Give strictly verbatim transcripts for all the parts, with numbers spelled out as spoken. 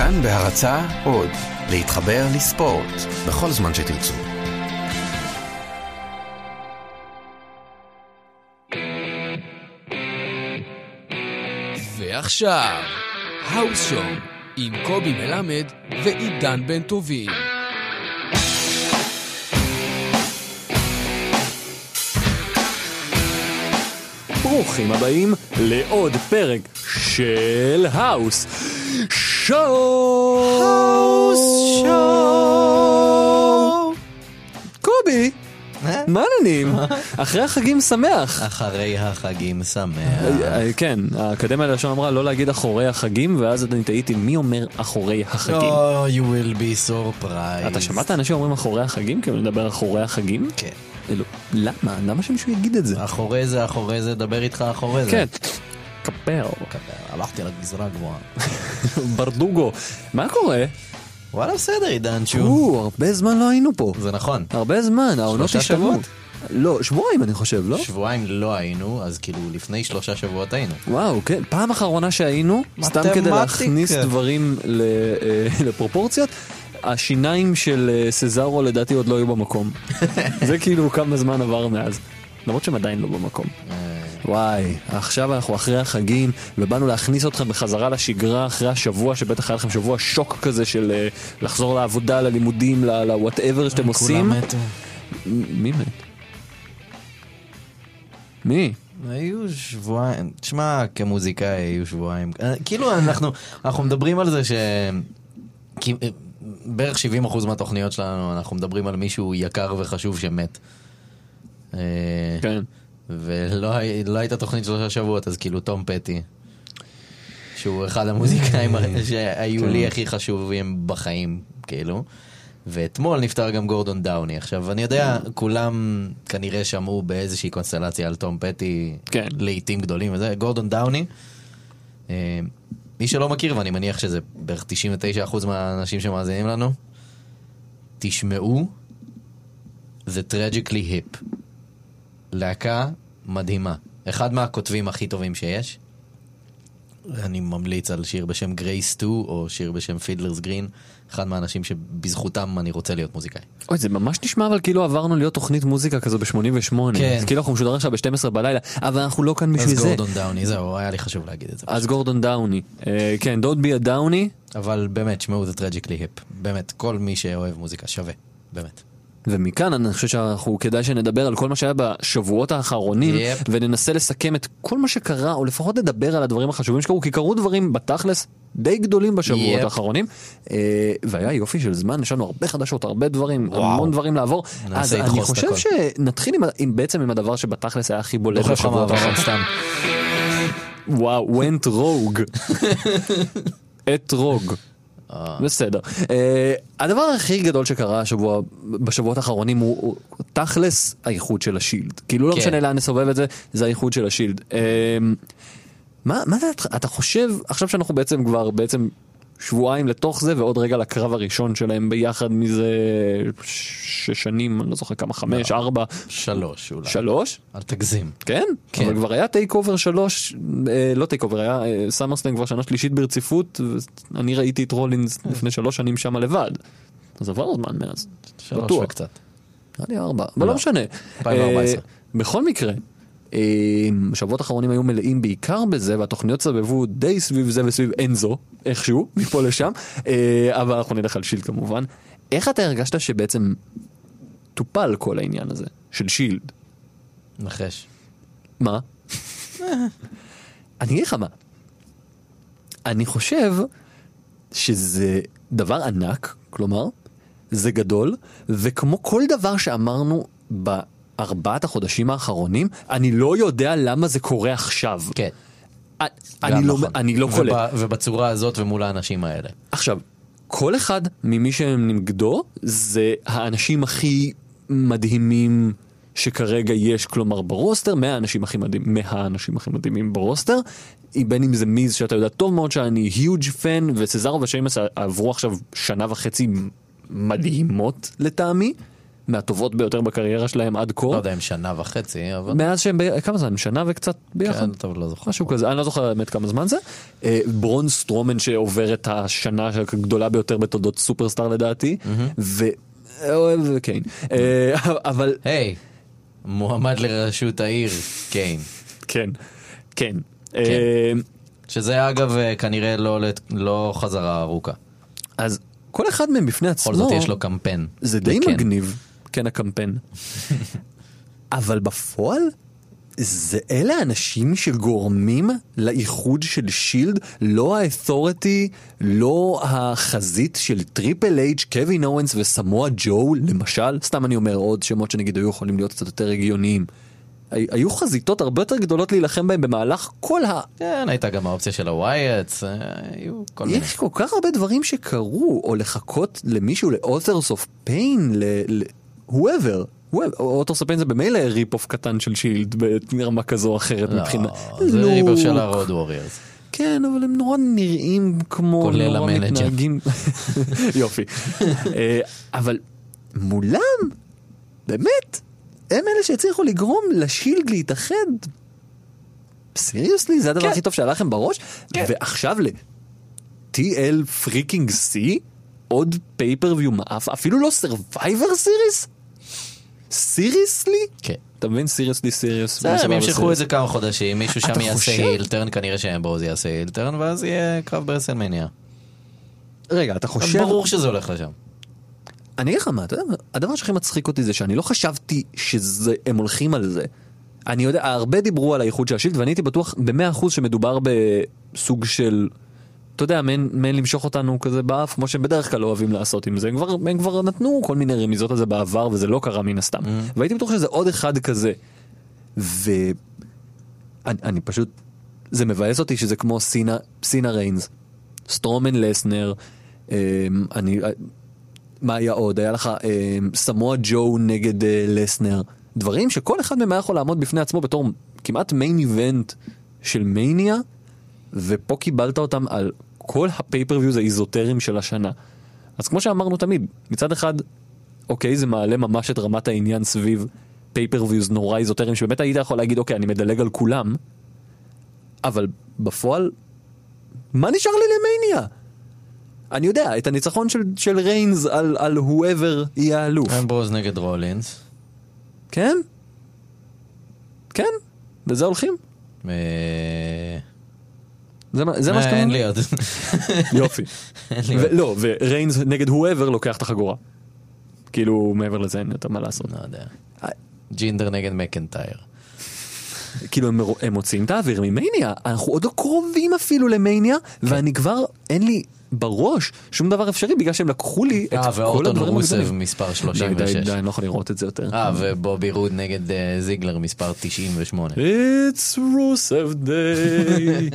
כאן בהרצאה עוד, להתחבר לספורט, בכל זמן שתרצו. ועכשיו, האוס שואו עם קובי מלמד ועידן בן טובים. ברוכים הבאים לעוד פרק של האוס שואו. האוס שואו. קובי, מה העניינים? אחרי החגים שמח. אחרי החגים שמח. כן, האקדמיה ללשון אמרה לא להגיד אחורי החגים, ואז אני טעיתי מי אומר אחורי החגים. Oh, you will be surprised. אתה שמעת אנשים אומרים אחורי החגים? כאילו נדבר אחורי החגים? כן. למה? למה שמישהו יגיד את זה? אחורי זה, אחורי זה, דבר איתך אחורי זה. כן. כפר. הלכתי לגזרה גבוהה. ברדוגו. מה קורה? וואלה בסדר, עידן שוב. או, הרבה זמן לא היינו פה. זה נכון. הרבה זמן, העונות שלושה השתנו. שבועות? לא, שבועיים אני חושב, לא? שבועיים לא היינו, אז כאילו לפני שלושה שבועות היינו. וואו, כן. פעם אחרונה שהיינו, סתם כדי מתמטיקה. להכניס דברים ל- אה, לפרופורציות, השיניים של אה, סזארו לדעתי עוד לא היו במקום. זה כאילו כמה זמן עבר מאז. למרות שהם עדיין לא במקום. וואי, עכשיו אנחנו אחרי החגים, ובאנו להכניס אתכם בחזרה לשגרה אחרי השבוע, שבטח היה לכם שבוע שוק כזה של אה, לחזור לעבודה, ללימודים, ל-whatever שאתם עושים. כולם מתו. מי מת? מי? היו שבועיים, תשמע, כמוזיקאי היו שבועיים. כאילו אנחנו, אנחנו מדברים על זה ש... כי בערך שבעים אחוז מהתוכניות שלנו, אנחנו מדברים על מישהו יקר וחשוב שמת. כן. ולא לא הייתה תוכנית שלושה שבועות, אז כאילו תום פטי, שהוא אחד המוזיקאים שהיו לי הכי חשובים בחיים, כאילו. ואתמול נפטר גם גורדון דאוני. עכשיו, אני יודע, כולם כנראה שמעו באיזושהי קונסטלציה על תום פטי, כן. לעיתים גדולים וזה. גורדון דאוני, מי שלא מכיר, ואני מניח שזה בערך תשעים ותשעה אחוז מהאנשים שמאזינים לנו, תשמעו, זה Tragically Hip. להקה מדהימה. אחד מהכותבים הכי טובים שיש. אני ממליץ על שיר בשם Grace two, או שיר בשם Fiddler's Green. אחד מהאנשים שבזכותם אני רוצה להיות מוזיקאי. אוי, זה ממש נשמע, אבל כאילו עברנו להיות תוכנית מוזיקה כזו ב-שמונים ושמונה. כן. אז כאילו אנחנו משודרים עכשיו ב-שתים עשרה בלילה, אבל אנחנו לא כאן בשביל אז זה. גורדון דאוני, זהו, היה לי חשוב להגיד את זה. אז גורדון דאוני. אה, כן, Don't be a Downey. אבל באמת, שמעו זה Tragically Hip. באמת, כל מי שאוהב מוזיקה שווה. באמת. ומכאן אני חושב שאנחנו כדאי שנדבר על כל מה שהיה בשבועות האחרונים, Yep. וננסה לסכם את כל מה שקרה, או לפחות לדבר על הדברים החשובים שקרו, כי קרו דברים בתכלס די גדולים בשבועות Yep. האחרונים, אה, והיה יופי של זמן, יש לנו הרבה חדשות, הרבה דברים, וואו. המון דברים לעבור. אז לדחוס אני את חושב הכל. שנתחיל עם, עם, בעצם עם הדבר שבתכלס היה הכי בולט דוחף לך בשבועות מעבר, האחרונים. סתם. וואו, went rogue. את רוג. בסדר. הדבר הכי גדול שקרה השבוע, בשבועות האחרונים הוא, הוא תכלס האיחוד של השילד. כאילו לא כן. משנה לאן נסובב את זה, זה האיחוד של השילד. מה, מה זה, אתה חושב, עכשיו שאנחנו בעצם כבר בעצם שבועיים לתוך זה, ועוד רגע לקרב הראשון שלהם ביחד מזה שש שנים, אני לא זוכר כמה, חמש, ארבע. שלוש אולי. שלוש? אל תגזים. כן? כן. אבל כבר היה טייק אובר שלוש, אה, לא טייק אובר, היה אה, סאמרסלאם כבר שנה שלישית ברציפות, ואני ראיתי את רולינס לפני שלוש שנים שם לבד. אז עבר זמן מאז. שלוש בטוח. וקצת. היה לי ארבע, אבל לא משנה. אלפיים וארבע עשרה. אה, בכל מקרה, אה, השבועות האחרונים היו מלאים בעיקר בזה, והתוכניות סבבו די סביב זה וסביב אנזו, איכשהו, מפה לשם, אה, אבל אנחנו נלך על שילד כמובן. איך אתה הרגשת שבעצם טופל כל העניין הזה, של שילד? נחש. מה? אני אגיד לך מה. אני חושב שזה דבר ענק, כלומר, זה גדול, וכמו כל דבר שאמרנו בארבעת החודשים האחרונים, אני לא יודע למה זה קורה עכשיו. כן. אני לא, נכון. אני לא קולט. וב- ובצורה הזאת ומול האנשים האלה. עכשיו, כל אחד ממי שהם נגדו, זה האנשים הכי מדהימים שכרגע יש, כלומר ברוסטר, מהאנשים הכי מדהימים, מהאנשים הכי מדהימים ברוסטר, בין אם זה מיז שאתה יודע טוב מאוד שאני היוג' פן, וסזארו ושיימס עברו עכשיו שנה וחצי מדהימות לטעמי, מהטובות ביותר בקריירה שלהם עד כה. לא יודע אם שנה וחצי, אבל... מאז שהם, ב... כמה זמן? שנה וקצת ביחד? כן, טוב, לא זוכר. משהו כזה, אני לא זוכר באמת כמה זמן זה. ברון סטרומן שעובר את השנה הגדולה ביותר בתולדות סופרסטאר לדעתי, ו... וקיין. אבל... היי, מועמד לראשות העיר, קיין. כן, כן. שזה אגב כנראה לא חזרה ארוכה. אז כל אחד מהם בפני עצמו... בכל זאת יש לו קמפיין. זה די מגניב, כן הקמפיין. אבל בפועל, זה אלה האנשים שגורמים לאיחוד של שילד, לא האתורטי, לא החזית של טריפל אייץ', קווין אורנס וסמואה ג'ו, למשל, סתם אני אומר עוד שמות שנגיד היו יכולים להיות קצת יותר הגיוניים. היו חזיתות הרבה יותר גדולות להילחם בהם במהלך כל ה... כן, הייתה גם האופציה של הווייטס, היו כל מיני. יש כל כך הרבה דברים שקרו, או לחכות למישהו, ל-Authors of Pain, ל-whoever. Authors of Pain זה במילא ריפ-אוף קטן של שילד, ברמה כזו או אחרת מבחינה. לא, זה ריפ-אוף של הרוד ווריורס. כן, אבל הם נורא נראים כמו... כולל המנג'ר. יופי. אבל מולם, באמת... הם אלה שהצליחו לגרום לשילד להתאחד. סיריוסלי, זה הדבר הכי טוב שעלה לכם בראש? ועכשיו ל-טי אל פריקינג סי, עוד פייפריוויו מאף, אפילו לא Survivor Series? סיריוסלי? כן. אתה מבין? סיריוסלי, סיריוס. הם ימשכו את זה כמה חודשים, מישהו שם יעשה הילטרן, כנראה שאמברוז יעשה הילטרן, ואז יהיה קרב ברסלמניה. רגע, אתה חושב... ברור שזה הולך לשם. אני אגיד לך מה, אתה יודע, הדבר שהכי מצחיק אותי זה שאני לא חשבתי שהם הולכים על זה. אני יודע, הרבה דיברו על האיחוד של השילד, ואני הייתי בטוח במאה אחוז שמדובר בסוג של, אתה יודע, מעין, מעין למשוך אותנו כזה באף, כמו שהם בדרך כלל לא אוהבים לעשות עם זה. הם כבר, הם כבר נתנו כל מיני רמיזות על זה בעבר, וזה לא קרה מן הסתם. Mm-hmm. והייתי בטוח שזה עוד אחד כזה. ואני אני פשוט, זה מבאס אותי שזה כמו סינה, סינה ריינס, סטרומן לסנר, אני... מה היה עוד? היה לך אה, סמואה ג'ו נגד אה, לסנר. דברים שכל אחד מהם היה יכול לעמוד בפני עצמו בתור כמעט מיין איבנט של מניה, ופה קיבלת אותם על כל הפייפריוויוז האיזוטריים של השנה. אז כמו שאמרנו תמיד, מצד אחד, אוקיי, זה מעלה ממש את רמת העניין סביב פייפריוויוז נורא איזוטריים, שבאמת היית יכול להגיד, אוקיי, אני מדלג על כולם, אבל בפועל, מה נשאר לי למניה? אני יודע, את הניצחון של, של ריינס על, על whoever יהיה האלוף. אמברוז נגד רולינס. כן? כן? לזה הולכים? אה... זה, זה מה שאתה... אין לי עוד. יופי. לא, וריינס נגד whoever לוקח את החגורה. כאילו, מעבר לזה אין יותר מה לעשות. לא יודע. ג'ינדר נגד מקנטייר. כאילו הם, הם מוצאים את האוויר ממניה. אנחנו עוד לא קרובים אפילו למניה, ואני כבר, אין לי... בראש, שום דבר אפשרי, בגלל שהם לקחו לי את כל הדברים רוסב מספר שלושים ושש. די, די, די, אני לא יכול לראות את זה יותר. אה, ובובי רוד נגד זיגלר מספר תשעים ושמונה. It's רוסב day.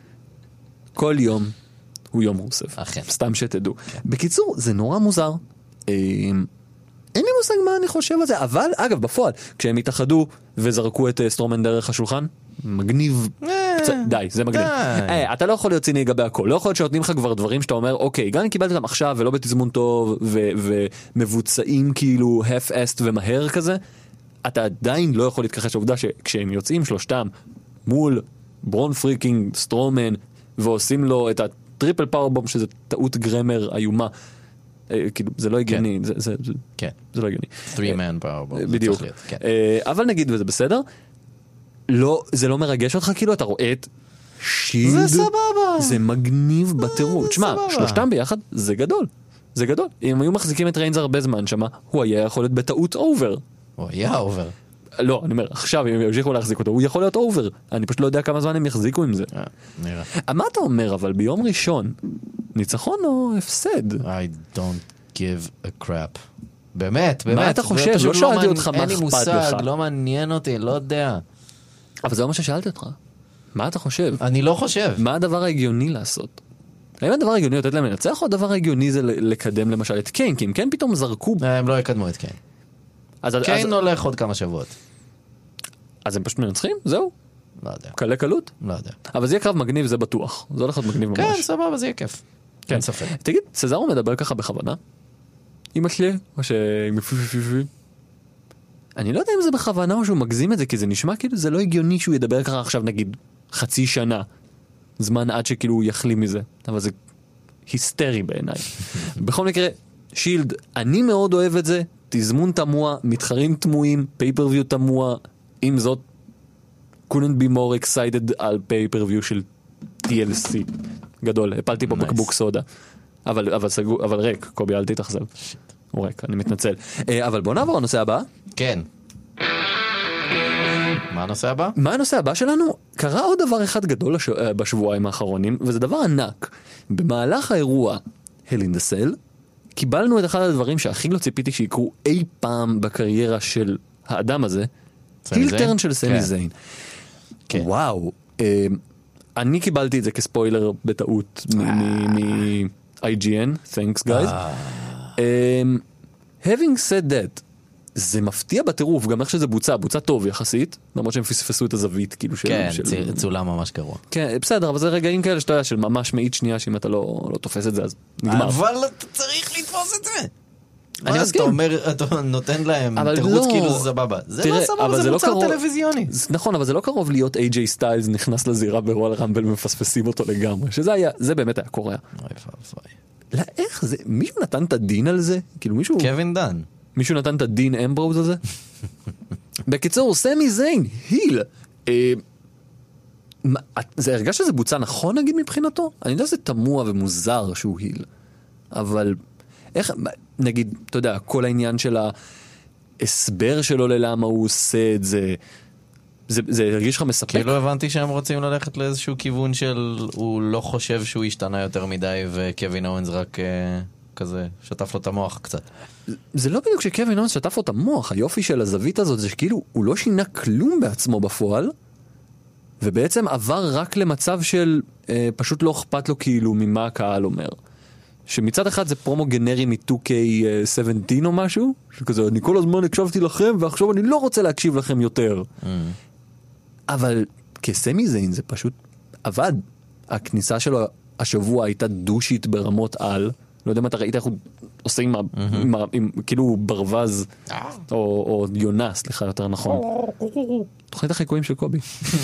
כל יום הוא יום רוסב. אכן. סתם שתדעו. בקיצור, זה נורא מוזר. אין לי מושג מה אני חושב על זה, אבל, אגב, בפועל, כשהם התאחדו וזרקו את סטרומן דרך השולחן, מגניב. די, זה מגניב. אתה לא יכול להיות ציני לגבי הכל. לא יכול להיות שנותנים לך כבר דברים שאתה אומר, אוקיי, גם אם קיבלת אותם עכשיו ולא בתזמון טוב ומבוצעים כאילו half-assed ומהר כזה, אתה עדיין לא יכול להתכחש לעובדה שכשהם יוצאים שלושתם מול ברון פריקינג סטרומן ועושים לו את הטריפל פאורבום, שזה טעות גרמר איומה, כאילו זה לא הגיוני, זה לא הגיוני. three man powerbomb. בדיוק. אבל נגיד וזה בסדר. לא, זה לא מרגש אותך, כאילו אתה רואה את שילד. זה סבבה. זה מגניב בטירוף. תשמע, שלושתם ביחד, זה גדול. זה גדול. אם היו מחזיקים את ריינס הרבה זמן שמה, הוא היה יכול להיות בטעות אובר. הוא היה אובר. לא, אני אומר, עכשיו אם ימשיכו להחזיק אותו, הוא יכול להיות אובר. אני פשוט לא יודע כמה זמן הם יחזיקו עם זה. נראה. מה אתה אומר, אבל ביום ראשון, ניצחון או הפסד? I don't give a crap. באמת, באמת. מה אתה חושב? לא שאלתי אותך מה אין לי אכפת מושג, לך. לא מעניין אותי, לא יודע. אבל זה מה ששאלתי אותך. מה אתה חושב? אני לא חושב. מה הדבר ההגיוני לעשות? האם הדבר ההגיוני לתת להם לנצח, או הדבר ההגיוני זה לקדם למשל את קיין? כי אם כן פתאום זרקו... הם לא יקדמו את קיין. קיין הולך עוד כמה שבועות. אז הם פשוט מנצחים? זהו? לא יודע. קלה קלות? לא יודע. אבל זה יהיה קרב מגניב, זה בטוח. זה הולך להיות מגניב ממש. כן, סבבה, זה יהיה כיף. כן. אין ספק. תגיד, סזארו מדבר ככה בכוונה? אמא שלי, או ש... אני לא יודע אם זה בכוונה או שהוא מגזים את זה, כי זה נשמע כאילו זה לא הגיוני שהוא ידבר ככה עכשיו נגיד חצי שנה, זמן עד שכאילו הוא יחלים מזה, אבל זה היסטרי בעיניי. בכל מקרה, שילד, אני מאוד אוהב את זה, תזמון תמוה, מתחרים תמוהים, פייפרוויו תמוה, עם זאת, couldn't be more excited על פייפרוויו של טי אל סי. גדול, הפלתי פה בקבוק סודה. אבל, אבל, סגור, אבל ריק, קובי, אל תתאכזב. הוא ריק, אני מתנצל. אבל בוא נעבור לנושא הבא. כן. מה הנושא הבא? מה הנושא הבא שלנו? קרה עוד דבר אחד גדול בשבועיים האחרונים, וזה דבר ענק. במהלך האירוע Hell in the Cell, קיבלנו את אחד הדברים שהכי לא ציפיתי שיקרו אי פעם בקריירה של האדם הזה, הילטרן של סמי זיין. וואו. אני קיבלתי את זה כספוילר בטעות מ-איי ג'י אן, thanks guys. Having said that, זה מפתיע בטירוף, גם איך שזה בוצע, בוצע טוב יחסית, למרות שהם פספסו את הזווית, כאילו של... כן, צולם ממש גרוע. כן, בסדר, אבל זה רגעים כאלה שאתה יודע, של ממש מאית שנייה, שאם אתה לא תופס את זה, אז נגמר. אבל אתה צריך לתפוס את זה. אני אז אתה אומר, אתה נותן להם תירוץ כאילו זה סבבה. זה לא סבבה, זה מוצר טלוויזיוני. נכון, אבל זה לא קרוב להיות איי ג'יי סטיילס נכנס לזירה ברול רמבל ומפספסים אותו לגמרי, שזה היה, זה באמת היה קורה. לא, איך זה, מישהו נתן את הדין על זה? כאילו מישהו... קווין דן. מישהו נתן את הדין אמברוז הזה? בקיצור, סמי זיין, היל. זה הרגש שזה בוצע נכון נגיד מבחינתו? אני יודע שזה תמוה ומוזר שהוא היל. אבל איך, נגיד, אתה יודע, כל העניין של ההסבר שלו ללמה הוא עושה את זה, זה, זה הרגיש לך מספק? כאילו הבנתי שהם רוצים ללכת לאיזשהו כיוון של הוא לא חושב שהוא השתנה יותר מדי וקווין אוונס רק אה, כזה שטף לו את המוח קצת. זה לא בדיוק שקווין אוונס שטף לו את המוח, היופי של הזווית הזאת זה שכאילו הוא לא שינה כלום בעצמו בפועל, ובעצם עבר רק למצב של אה, פשוט לא אכפת לו כאילו ממה הקהל אומר. שמצד אחד זה פרומו גנרי מ-טו קיי שבע עשרה או משהו, שכזה, אני כל הזמן הקשבתי לכם, ועכשיו אני לא רוצה להקשיב לכם יותר. Mm. אבל כסמי זיין זה פשוט עבד. הכניסה שלו השבוע הייתה דושית ברמות על, לא יודע מה אתה ראית איך הוא עושה עם, mm-hmm. עם, עם כאילו ברווז, או, או יונה, סליחה יותר נכון. תוכנית החיקויים של קובי.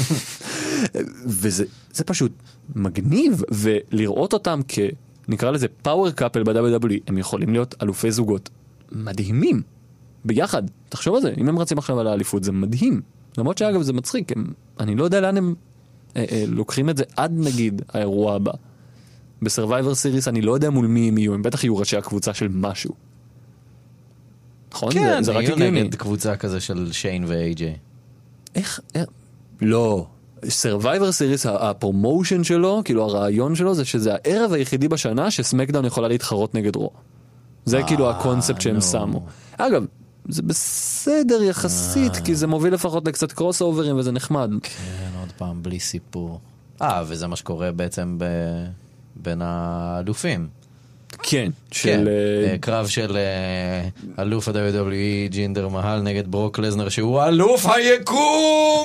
וזה זה פשוט מגניב, ולראות אותם כ... נקרא לזה פאוור קאפל ב-דאבליו דאבליו אי, הם יכולים להיות אלופי זוגות מדהימים, ביחד. תחשוב על זה, אם הם רצים עכשיו על האליפות, זה מדהים. למרות שאגב זה מצחיק, הם, אני לא יודע לאן הם אה, אה, לוקחים את זה עד נגיד האירוע הבא. בסרווייבר סיריס אני לא יודע מול מי הם יהיו, הם בטח יהיו ראשי הקבוצה של משהו. נכון? כן, זה, זה יהיו נגד קבוצה כזה של שיין ו-איי ג'יי. איך? איך? לא. Survivor Series, הפרומושן שלו, כאילו הרעיון שלו, זה שזה הערב היחידי בשנה שסמקדאון יכולה להתחרות נגד רו. זה כאילו הקונספט שהם שמו. אגב, זה בסדר יחסית, כי זה מוביל לפחות לקצת קרוס אוברים וזה נחמד. כן, עוד פעם, בלי סיפור. אה, וזה מה שקורה בעצם בין האלופים. כן, של... קרב של אלוף ה-דאבליו דאבליו אי, ג'ינדר מהל נגד ברוק לזנר, שהוא אלוף היקום!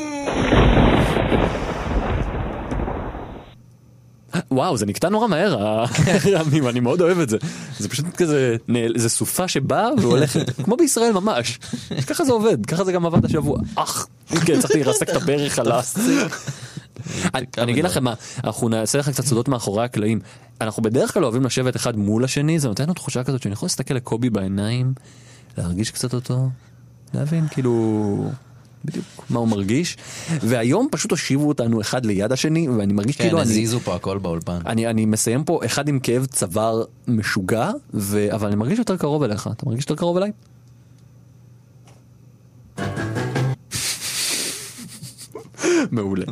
וואו, זה נקטע נורא מהר, אני מאוד אוהב את זה. זה פשוט כזה, זה סופה שבאה והולכת, כמו בישראל ממש. ככה זה עובד, ככה זה גם עבד השבוע. אך, כן, צריכתי לרסק את הברך על הס. אני אגיד לכם מה, אנחנו נעשה לך קצת סודות מאחורי הקלעים. אנחנו בדרך כלל אוהבים לשבת אחד מול השני, זה נותן לנו תחושה כזאת שאני יכול להסתכל לקובי בעיניים, להרגיש קצת אותו, להבין כאילו... בדיוק מה הוא מרגיש, והיום פשוט הושיבו אותנו אחד ליד השני, ואני מרגיש כן, כאילו אני... כן, הזיזו פה הכל באולפן. אני, אני מסיים פה אחד עם כאב צוואר משוגע, ו... אבל אני מרגיש יותר קרוב אליך. אתה מרגיש יותר קרוב אליי? מעולה.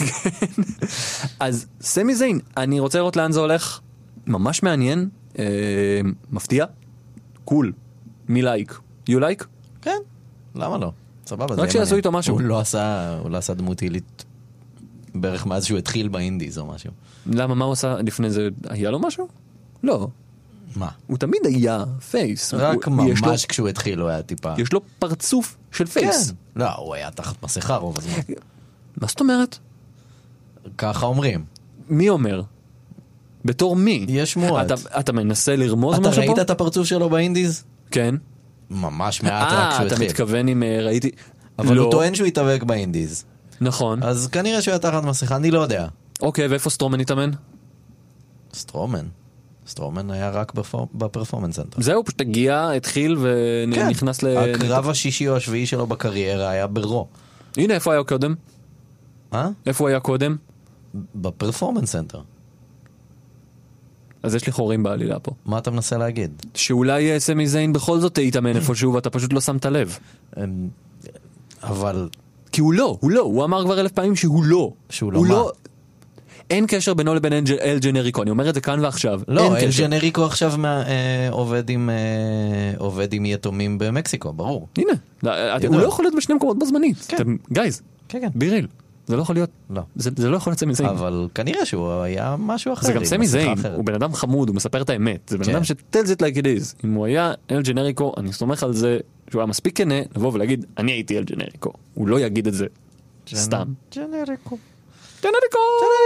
אז סמי זיין, אני רוצה לראות לאן זה הולך. ממש מעניין, אה, מפתיע, קול. מי לייק? יו לייק? כן, למה לא? סבבה, רק שיעשו איתו משהו. הוא לא עשה, הוא לא עשה דמות הילית בערך מאז שהוא התחיל באינדיז או משהו. למה, מה הוא עשה לפני זה? היה לו משהו? לא. מה? הוא תמיד היה פייס. רק הוא, ממש לו, כשהוא התחיל הוא היה טיפה. יש לו פרצוף של פייס. כן. לא, הוא היה תחת מסכה רוב הזמן. מה זאת אומרת? ככה אומרים. מי אומר? בתור מי? יש מועט. אתה, אתה מנסה לרמוז אתה משהו פה? ראית את הפרצוף שלו באינדיז? כן. ממש מעט רק אה, שהוא אתה התחיל. מתכוון אם אה, ראיתי... אבל לא. הוא טוען שהוא יתאבק באינדיז. נכון. אז כנראה שהוא היה תחת מסכה, אני לא יודע. אוקיי, ואיפה סטרומן התאמן? סטרומן. סטרומן היה רק בפור... בפרפורמנס סנטר. זהו, פשוט הגיע, התחיל ונכנס ל... הקרב השישי או השביעי שלו בקריירה היה ברו. הנה, איפה היה קודם? אה? איפה הוא היה קודם? בפרפורמנס סנטר. אז יש לי חורים בעלילה פה. מה אתה מנסה להגיד? שאולי סמי זיין בכל זאת יתאמן איפשהו ואתה פשוט לא שמת לב. אמ, אבל... כי הוא לא, הוא לא, הוא אמר כבר אלף פעמים שהוא לא. שהוא לא מה? אין קשר בינו לבין אל, אל ג'נריקו, אני אומר את זה כאן ועכשיו. לא, אל קשר. ג'נריקו עכשיו מה, אה, עובד, עם, אה, עובד עם יתומים במקסיקו, ברור. הנה, הוא לא יכול להיות בשני מקומות בזמנית. כן. אתם, גייז, כן, כן. ביריל, זה לא יכול להיות. לא. זה, זה לא יכול להיות סמי זיין. אבל כנראה שהוא היה משהו אחר. זה גם עם סמי מסכה זיין, אחרת. הוא בן אדם חמוד, הוא מספר את האמת. זה בן כן. אדם ש-tells it like it is. אם הוא היה אל ג'נריקו, אני סומך על זה שהוא היה מספיק כנה לבוא ולהגיד, אני הייתי אל ג'נריקו. הוא לא יגיד את זה סתם. ג'נריקו. ג'נריקו!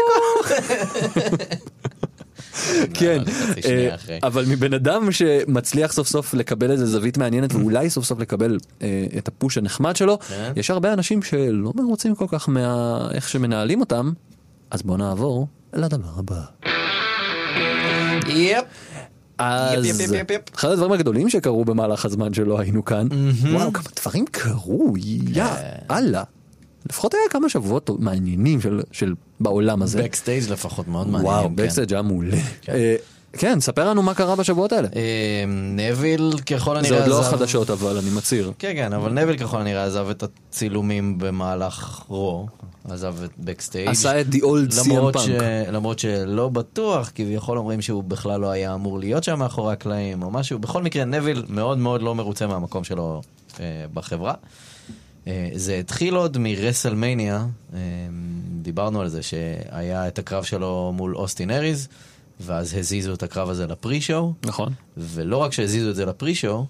כן, חצי שנייה אחרי. אבל מבן אדם שמצליח סוף סוף לקבל איזה זווית מעניינת ואולי סוף סוף לקבל אה, את הפוש הנחמד שלו, כן. יש הרבה אנשים שלא מרוצים כל כך מאיך שמנהלים אותם, אז בואו נעבור לדבר הבא. יפ. אז יפ, יפ, יפ, יפ. אחד הדברים הגדולים שקרו במהלך הזמן שלא היינו כאן, וואו, כמה דברים קרו, יא, אללה. לפחות היה כמה שבועות מעניינים של, של בעולם הזה. בקסטייג' לפחות מאוד מעניין. וואו, כן. בקסטייג' היה מעולה. אה, כן, ספר לנו מה קרה בשבועות האלה. אה, נביל ככל הנראה זה עוד לא עזב- חדשות אבל, אני מצהיר. כן, כן, אבל נביל ככל הנראה עזב את הצילומים במהלך רו, עזב את בקסטייג'. עשה את The Old סי אם למרות, פאנק. ש... למרות שלא בטוח, כביכול אומרים שהוא בכלל לא היה אמור להיות שם מאחורי הקלעים או משהו. בכל מקרה, נביל מאוד מאוד לא מרוצה מהמקום שלו אה, בחברה. אה, זה התחיל עוד מרסלמניה, אה, דיברנו על זה שהיה את הקרב שלו מול אוסטין אריז, ואז הזיזו את הקרב הזה לפרי-שואו. נכון. ולא רק שהזיזו את זה לפרי-שואו,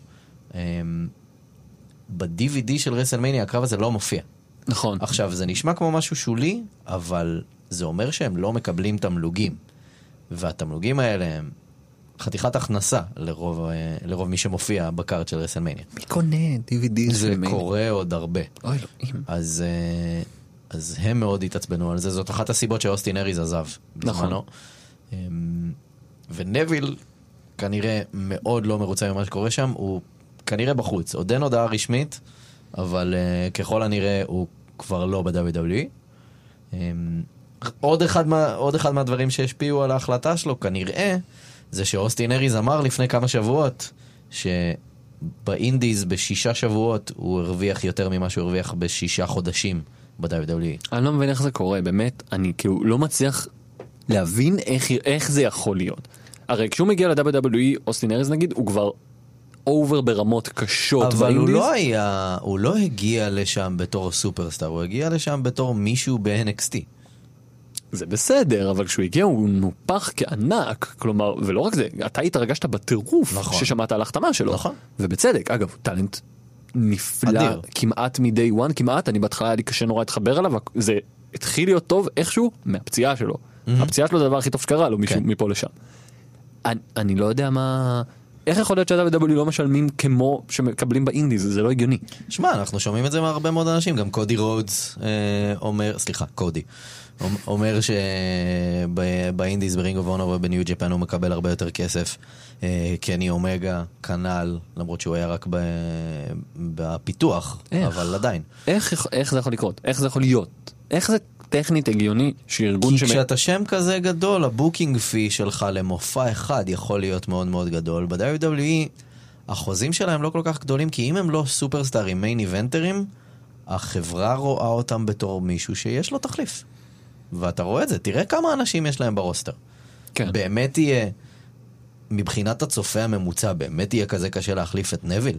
ב-די וי די של רסלמניה הקרב הזה לא מופיע. נכון. עכשיו, זה נשמע כמו משהו שולי, אבל זה אומר שהם לא מקבלים תמלוגים. והתמלוגים האלה הם חתיכת הכנסה לרוב, לרוב מי שמופיע בקארט של רסלמניה. מי קונה די וי די? זה קורה עוד הרבה. אוי אלוהים. אז, אז הם מאוד התעצבנו על זה. זאת אחת הסיבות שאוסטין אריז עזב בזמנו. ונביל כנראה מאוד לא מרוצה ממה שקורה שם. הוא כנראה בחוץ. עוד אין הודעה רשמית, אבל uh, ככל הנראה הוא כבר לא ב-דאבליו דאבליו אי. Um, עוד, אחד מה, עוד אחד מהדברים שהשפיעו על ההחלטה שלו, כנראה, זה שאוסטין אריז אמר לפני כמה שבועות, שבאינדיז בשישה שבועות הוא הרוויח יותר ממה שהוא הרוויח בשישה חודשים ב-דאבליו דאבליו אי. אני לא מבין איך זה קורה, באמת, אני כאילו לא מצליח להבין איך, איך זה יכול להיות. הרי כשהוא מגיע ל-דאבליו דאבליו אי, אוסטין אריז נגיד, הוא כבר אובר ברמות קשות אבל הוא באינדיז. לא היה, הוא לא הגיע לשם בתור סופרסטאר, הוא הגיע לשם בתור מישהו ב-אן אקס טי. זה בסדר, אבל כשהוא הגיע הוא נופח כענק, כלומר, ולא רק זה, אתה התרגשת בטירוף נכון. ששמעת על ההחתמה שלו. נכון. ובצדק, אגב, טלנט נפלא, אדיר. כמעט מ-day one, כמעט, אני בהתחלה היה לי קשה נורא להתחבר עליו, זה התחיל להיות טוב איכשהו מהפציעה שלו. הפציעה שלו זה הדבר הכי טוב שקרה לו, מישהו כן. מפה לשם. אני, אני לא יודע מה... איך יכול להיות שה-דאבליו דאבליו אי לא משלמים כמו שמקבלים באינדיז, זה לא הגיוני. שמע, אנחנו שומעים את זה מהרבה מאוד אנשים, גם קודי רודס אה, אומר, סליחה, קודי, אומר שבאינדיז, ברינג אוף אונור ובניו ג'פן הוא מקבל הרבה יותר כסף. אה, קני אומגה, כנל, למרות שהוא היה רק ב, בפיתוח, איך? אבל עדיין. איך, איך זה יכול לקרות? איך זה יכול להיות? איך זה טכנית הגיוני שארגון כי שמ... כשאתה שם כזה גדול, הבוקינג פי שלך למופע אחד יכול להיות מאוד מאוד גדול. ב-דאבליו דאבליו אי החוזים שלהם לא כל כך גדולים, כי אם הם לא סופרסטארים, מיין איבנטרים, החברה רואה אותם בתור מישהו שיש לו תחליף. ואתה רואה את זה, תראה כמה אנשים יש להם ברוסטר. כן. באמת יהיה, מבחינת הצופה הממוצע, באמת יהיה כזה קשה להחליף את נביל?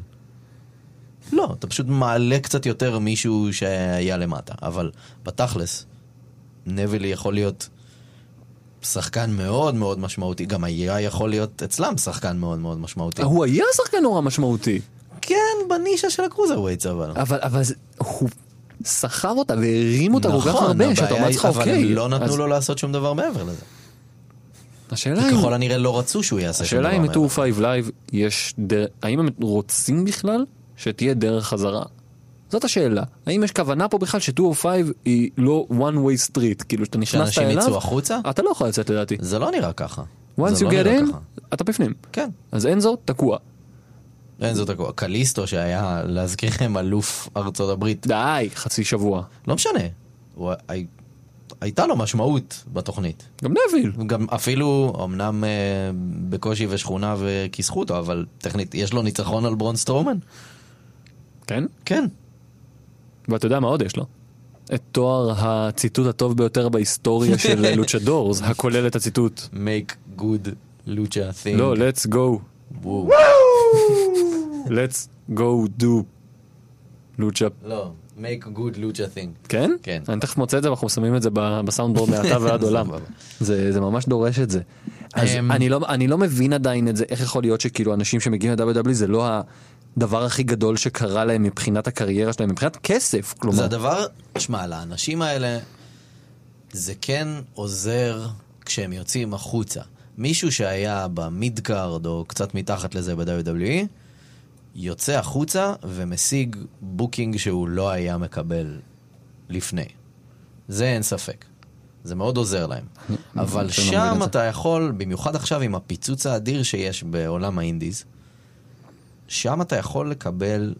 לא, אתה פשוט מעלה קצת יותר מישהו שהיה למטה. אבל בתכלס, נביל יכול להיות שחקן מאוד מאוד משמעותי. גם היה יכול להיות אצלם שחקן מאוד מאוד משמעותי. הוא היה שחקן נורא משמעותי. כן, בנישה של הקרוזר ווייטס, אבל... אבל, אבל זה, הוא שכר אותה והרים אותה כל כך נכון, הרבה, שאתה הבעיה אומר היא- לך אבל אוקיי. הם לא נתנו אז- לו לעשות שום דבר מעבר לזה. השאלה כי אם... ככל הנראה לא רצו שהוא יעשה שום דבר. השאלה אם ב-מאתיים וחמש לייב יש דרך... האם הם רוצים בכלל שתהיה דרך חזרה? זאת השאלה. האם יש כוונה פה בכלל ש-מאתיים וחמש היא לא one way street? כאילו שאתה נכנסת אליו... שאנשים יצאו החוצה? אתה לא יכול לצאת לדעתי. זה לא נראה ככה. once you get in, אתה בפנים. כן. אז אין זאת, תקוע. אין זאת תקוע. קליסטו שהיה, להזכירכם, אלוף ארצות הברית. די, חצי שבוע. לא משנה. הוא... הי... הייתה לו משמעות בתוכנית. גם נביל. גם אפילו, אמנם אה, בקושי ושכונה וכיסחו אותו, אבל טכנית, יש לו ניצחון על ברון סטרומן? כן? כן. ואתה יודע מה עוד יש לו? את תואר הציטוט הטוב ביותר בהיסטוריה של לוצ'דורס, הכולל את הציטוט. Make good lucha thing. לא, let's go. וואו. let's go do לוצ'ה. לא, make good lucha thing. כן? כן. אני תכף מוצא את זה ואנחנו שמים את זה בסאונדבורד מעתה ועד עולם. זה, זה ממש דורש את זה. אז אני לא, אני לא מבין עדיין את זה, איך יכול להיות שכאילו אנשים שמגיעים ל-דאבליו דאבליו זה לא הדבר הכי גדול שקרה להם מבחינת הקריירה שלהם, מבחינת כסף, כלומר. זה הדבר, שמע, לאנשים האלה זה כן עוזר כשהם יוצאים החוצה. מישהו שהיה במידקארד או קצת מתחת לזה ב-דאבליו דאבליו אי יוצא החוצה ומשיג בוקינג שהוא לא היה מקבל לפני. זה אין ספק. זה מאוד עוזר להם. אבל שם אתה יכול, במיוחד עכשיו עם הפיצוץ האדיר שיש בעולם האינדיז, שם אתה יכול לקבל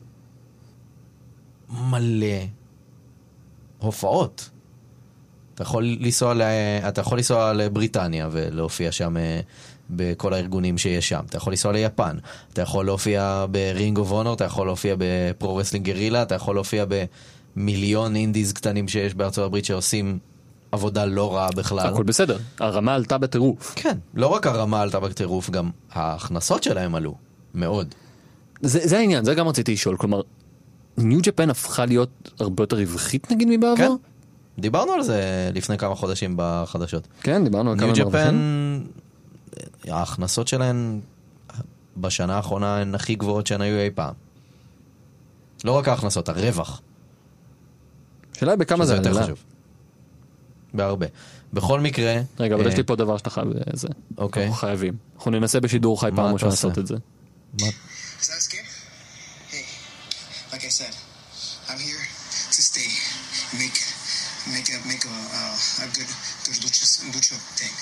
מלא הופעות. אתה יכול לנסוע, אתה יכול לנסוע לבריטניה ולהופיע שם בכל הארגונים שיש שם. אתה יכול לנסוע ליפן. אתה יכול להופיע ברינג אוף אונור, אתה יכול להופיע בפרו רסלינג גרילה, אתה יכול להופיע במיליון אינדיז קטנים שיש בארצות הברית שעושים עבודה לא רעה בכלל. הכל בסדר. הרמה עלתה בטירוף. כן. לא רק הרמה עלתה בטירוף, גם ההכנסות שלהם עלו. מאוד. זה, זה העניין, זה גם רציתי לשאול. כלומר, ניו ג'פן הפכה להיות הרבה יותר רווחית נגיד מבעבר? כן. דיברנו על זה לפני כמה חודשים בחדשות. כן, דיברנו על כמה ניו מרווחים. ג'פן, ההכנסות שלהן בשנה האחרונה הן הכי גבוהות שהן היו אי פעם. לא רק ההכנסות, הרווח. שאלה היא בכמה זה יותר עלה. חשוב. בהרבה. בכל מקרה... רגע, אבל אה, יש לי פה דבר שאתה חייב לזה. אוקיי. אנחנו חייבים. אנחנו ננסה בשידור חי פעם אתה ראשונה עושה? לעשות את זה. מה? ¿Sabes qué? Hey, like I said, I'm here to stay, make, make a, make a, uh, a good, good lucha, lucha thing.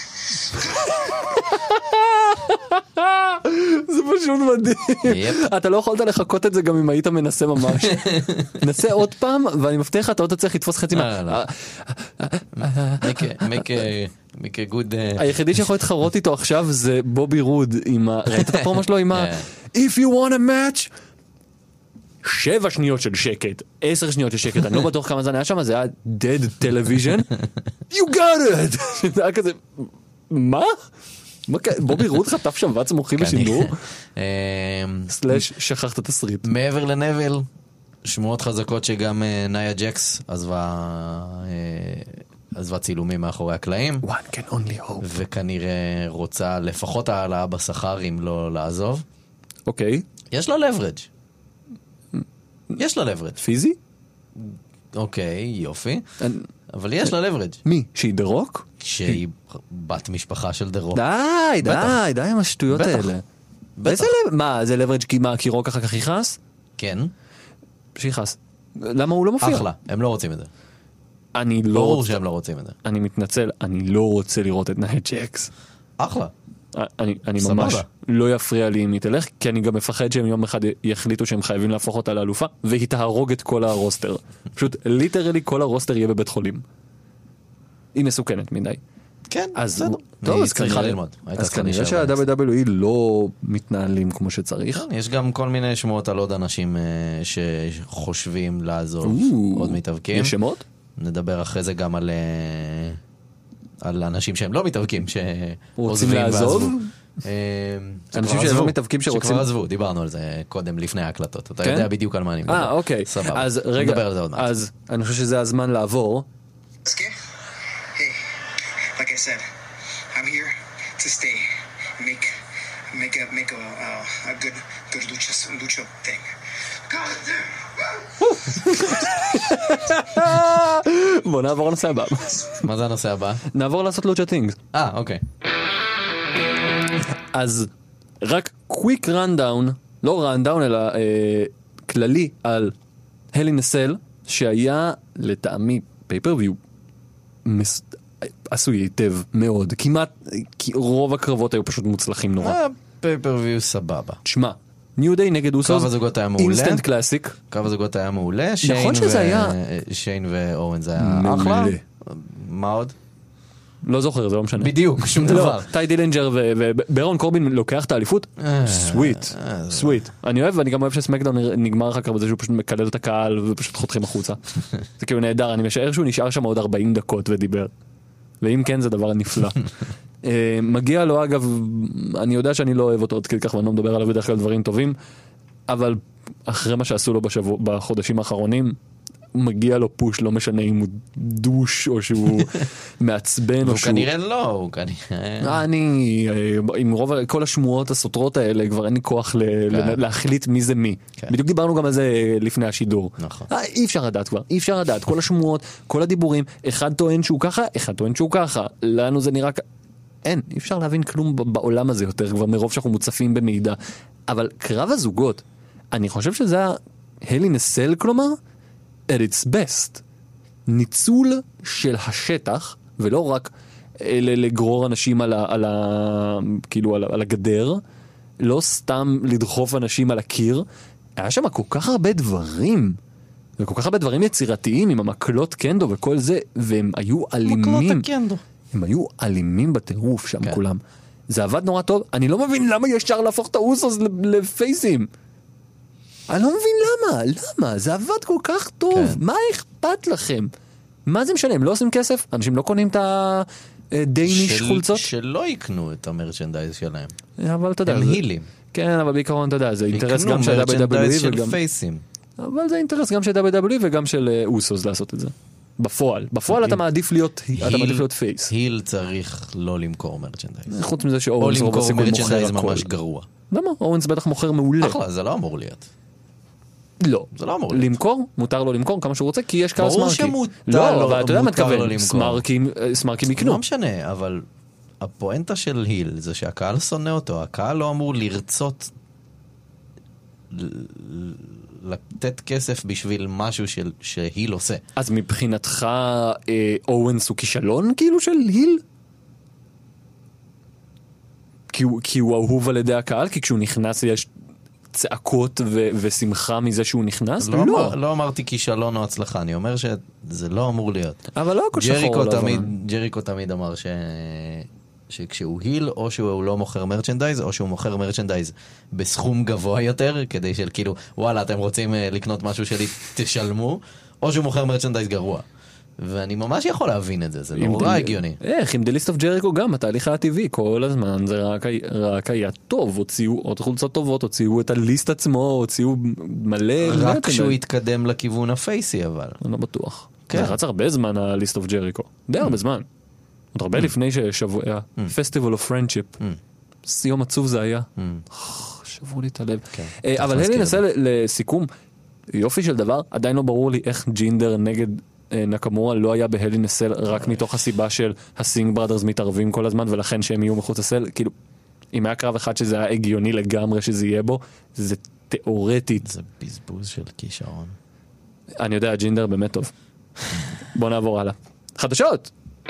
זה פשוט מדהים. אתה לא יכולת לחכות את זה גם אם היית מנסה ממש. נסה עוד פעם, ואני מבטיח לך, אתה עוד צריך לתפוס חצי מה... make a good... היחידי שיכול להתחרות איתו עכשיו זה בובי רוד. ראית את הפרומו שלו עם ה... If you want a match... שבע שניות של שקט, עשר שניות של שקט, אני לא בטוח כמה זמן היה שם, זה היה dead television. You got it! זה היה כזה... מה? בובי רות חטף שם וץ מוחי בשידור? סלש שכחת את הסריט. מעבר לנבל, שמועות חזקות שגם נאיה ג'קס עזבה צילומים מאחורי הקלעים. One can only hope. וכנראה רוצה לפחות העלאה בשכר אם לא לעזוב. אוקיי. יש לה לברג'. יש לה לברג'. פיזי? אוקיי, יופי. אבל יש לה לברג'. מי? שהיא דרוק? שהיא בת משפחה של דרוק. די, די, די עם השטויות האלה. בטח. מה, זה לברג' כי מה, כי רוק אחר כך יכעס? כן. שיכעס. למה הוא לא מופיע? אחלה, הם לא רוצים את זה. אני לא ברור רוצה... שהם לא רוצים את זה. אני מתנצל, אני לא רוצה לראות את נאיה ג'קס. אחלה. אני, אני סבבה. ממש לא יפריע לי אם היא תלך, כי אני גם מפחד שהם יום אחד יחליטו שהם חייבים להפוך אותה לאלופה, והיא תהרוג את כל הרוסטר. פשוט ליטרלי כל הרוסטר יהיה בבית חולים. היא מסוכנת מדי. כן, אז בסדר. טוב, היא אז צריכה כנראה, ללמוד. הייתה אז צריכה כנראה להישאר שה-דאבליו דאבליו אי לא מתנהלים כמו שצריך. יש גם כל מיני שמועות על עוד אנשים אה, שחושבים לעזוב, או, עוד מתאבקים. יש שמות? נדבר אחרי זה גם על, אה, על אנשים שהם לא מתאבקים, רוצים שעוזבים לעזוב? ועזבו. אה, אנשים שכבר שהם לא עזבו, מתאבקים שרוצים- שכבר עזבו, דיברנו על זה קודם לפני ההקלטות. אתה כן? יודע בדיוק על מה אני מדבר. אה, אוקיי. סבבה. אז רגע, נדבר על זה עוד מעט. אז אני חושב שזה הזמן לעבור. ¿Sabes qué? Hey, like I said, I'm here to stay, make, make a, make a, uh, a good, good lucha, lucha thing. בוא נעבור לנושא הבא. מה זה הנושא הבא? נעבור לעשות לוצ'ה טינגס. אה, אוקיי. אז רק קוויק רנדאון, לא רנדאון אלא אה, כללי על הל אין סל, שהיה לטעמי פייפריוויו מס... עשוי היטב מאוד, כמעט, רוב הקרבות היו פשוט מוצלחים נורא. פייפריוויו סבבה. תשמע, ניו דיי נגד אוסוס, קרב הזוגות היה מעולה. אינסטנט קלאסיק. קרב הזוגות היה מעולה. נכון שזה היה... שיין ואורן זה היה אחלה. מה עוד? לא זוכר, זה לא משנה. בדיוק, שום דבר. טי דילינג'ר וברון קורבין לוקח את האליפות? סוויט, סוויט. אני אוהב, ואני גם אוהב שסמקדאון נגמר אחר כך בזה שהוא פשוט מקלל את הקהל ופשוט חותכים החוצה. זה כאילו נהדר, אני משער שהוא נשאר שם עוד ארבעים דקות ודיבר. ואם כן, זה דבר נפלא. מגיע לו, אגב, אני יודע שאני לא אוהב אותו עוד כך, ואני לא מדבר עליו בדרך כלל דברים טובים, אבל אחרי מה שעשו לו בשבוע, בחודשים האחרונים, מגיע לו פוש, לא משנה אם הוא דוש או שהוא מעצבן או שהוא... הוא כנראה לא, הוא כנראה... אני, עם רוב, כל השמועות הסותרות האלה, כבר אין לי כוח להחליט מי זה מי. בדיוק דיברנו גם על זה לפני השידור. נכון. אי אפשר לדעת כבר, אי אפשר לדעת. כל השמועות, כל הדיבורים, אחד טוען שהוא ככה, אחד טוען שהוא ככה. לנו זה נראה... אין, אי אפשר להבין כלום בעולם הזה יותר, כבר מרוב שאנחנו מוצפים במידע. אבל קרב הזוגות, אני חושב שזה הל אין סל, כלומר, at its best. ניצול של השטח, ולא רק לגרור אנשים על ה, על ה, כאילו על, על הגדר, לא סתם לדחוף אנשים על הקיר. היה שם כל כך הרבה דברים, וכל כך הרבה דברים יצירתיים, עם המקלות קנדו וכל זה, והם היו אלימים. מקלות הקנדו. הם היו אלימים בטירוף שם כן. כולם. זה עבד נורא טוב. אני לא מבין למה ישר להפוך את האוסוס לפייסים. אני לא מבין למה, למה? זה עבד כל כך טוב. כן. מה אכפת לכם? מה זה משנה? הם לא עושים כסף? אנשים לא קונים את הדייניש של... חולצות? שלא יקנו את המרצ'נדייז שלהם. אבל אתה יודע. הם זה... הילים. כן, אבל בעיקרון אתה יודע, זה אינטרס גם של יקנו דאבליו דאבליו מרצ'נדייז וגם... של פייסים. אבל זה אינטרס גם של דאבליו דאבליו וגם של אוסוס לעשות את זה. בפועל. בפועל אתה מעדיף להיות, אתה מעדיף להיות פייס. היל צריך לא למכור מרצ'נדייז. חוץ מזה שאורנס רוב הסיכוי מוכר הכל. או למכור מרצ'נדייז ממש גרוע. למה? אורנס בטח מוכר מעולה. אחלה, זה לא אמור להיות. לא. זה לא אמור להיות. למכור? מותר לו למכור כמה שהוא רוצה, כי יש קהל סמארקי. ברור שמותר לא, אבל לו, אתה יודע מה מותר לו תכוון. למכור. סמארקים, סמארקים יקנו. לא משנה, אבל הפואנטה של היל זה שהקהל שונא אותו. הקהל לא אמור לרצות לתת כסף בשביל משהו של, שהיל עושה. אז מבחינתך אה, אורנס הוא כישלון כאילו של היל? כי הוא, כי הוא אהוב על ידי הקהל? כי כשהוא נכנס יש צעקות ו- ושמחה מזה שהוא נכנס? לא, לא. אמר, לא אמרתי כישלון או הצלחה, אני אומר שזה לא אמור להיות. אבל לא הכל שחור תמיד, ג'ריקו תמיד אמר ש... שכשהוא היל, או שהוא לא מוכר מרצ'נדייז, או שהוא מוכר מרצ'נדייז בסכום גבוה יותר, כדי של כאילו, וואלה, אתם רוצים לקנות משהו שלי, תשלמו, או שהוא מוכר מרצ'נדייז גרוע. ואני ממש יכול להבין את זה, זה נורא הגיוני. איך, עם The List of Jericho גם, התהליך הטבעי, כל הזמן זה רק, רק היה טוב, הוציאו עוד חולצות טובות, הוציאו את הליסט עצמו, הוציאו מלא... רק כשהוא התקדם לכיוון הפייסי, אבל. אני לא בטוח. זה רץ הרבה זמן, ה-List of Jericho. די הרבה זמן. עוד הרבה לפני ששבוע, Festival of Friendship. סיום עצוב זה היה. שברו לי את הלב. אבל אני ננסה לסיכום, יופי של דבר, עדיין לא ברור לי איך ג'ינדר נגד נקמורה לא היה בהל אין סל רק מתוך הסיבה של הסינג בראדרס מתערבים כל הזמן ולכן שהם יהיו מחוץ לסל. כאילו, אם היה קרב אחד שזה היה הגיוני לגמרי שזה יהיה בו, זה תיאורטית. זה בזבוז של כישרון. אני יודע, ג'ינדר באמת טוב. בוא נעבור הלאה. חדשות!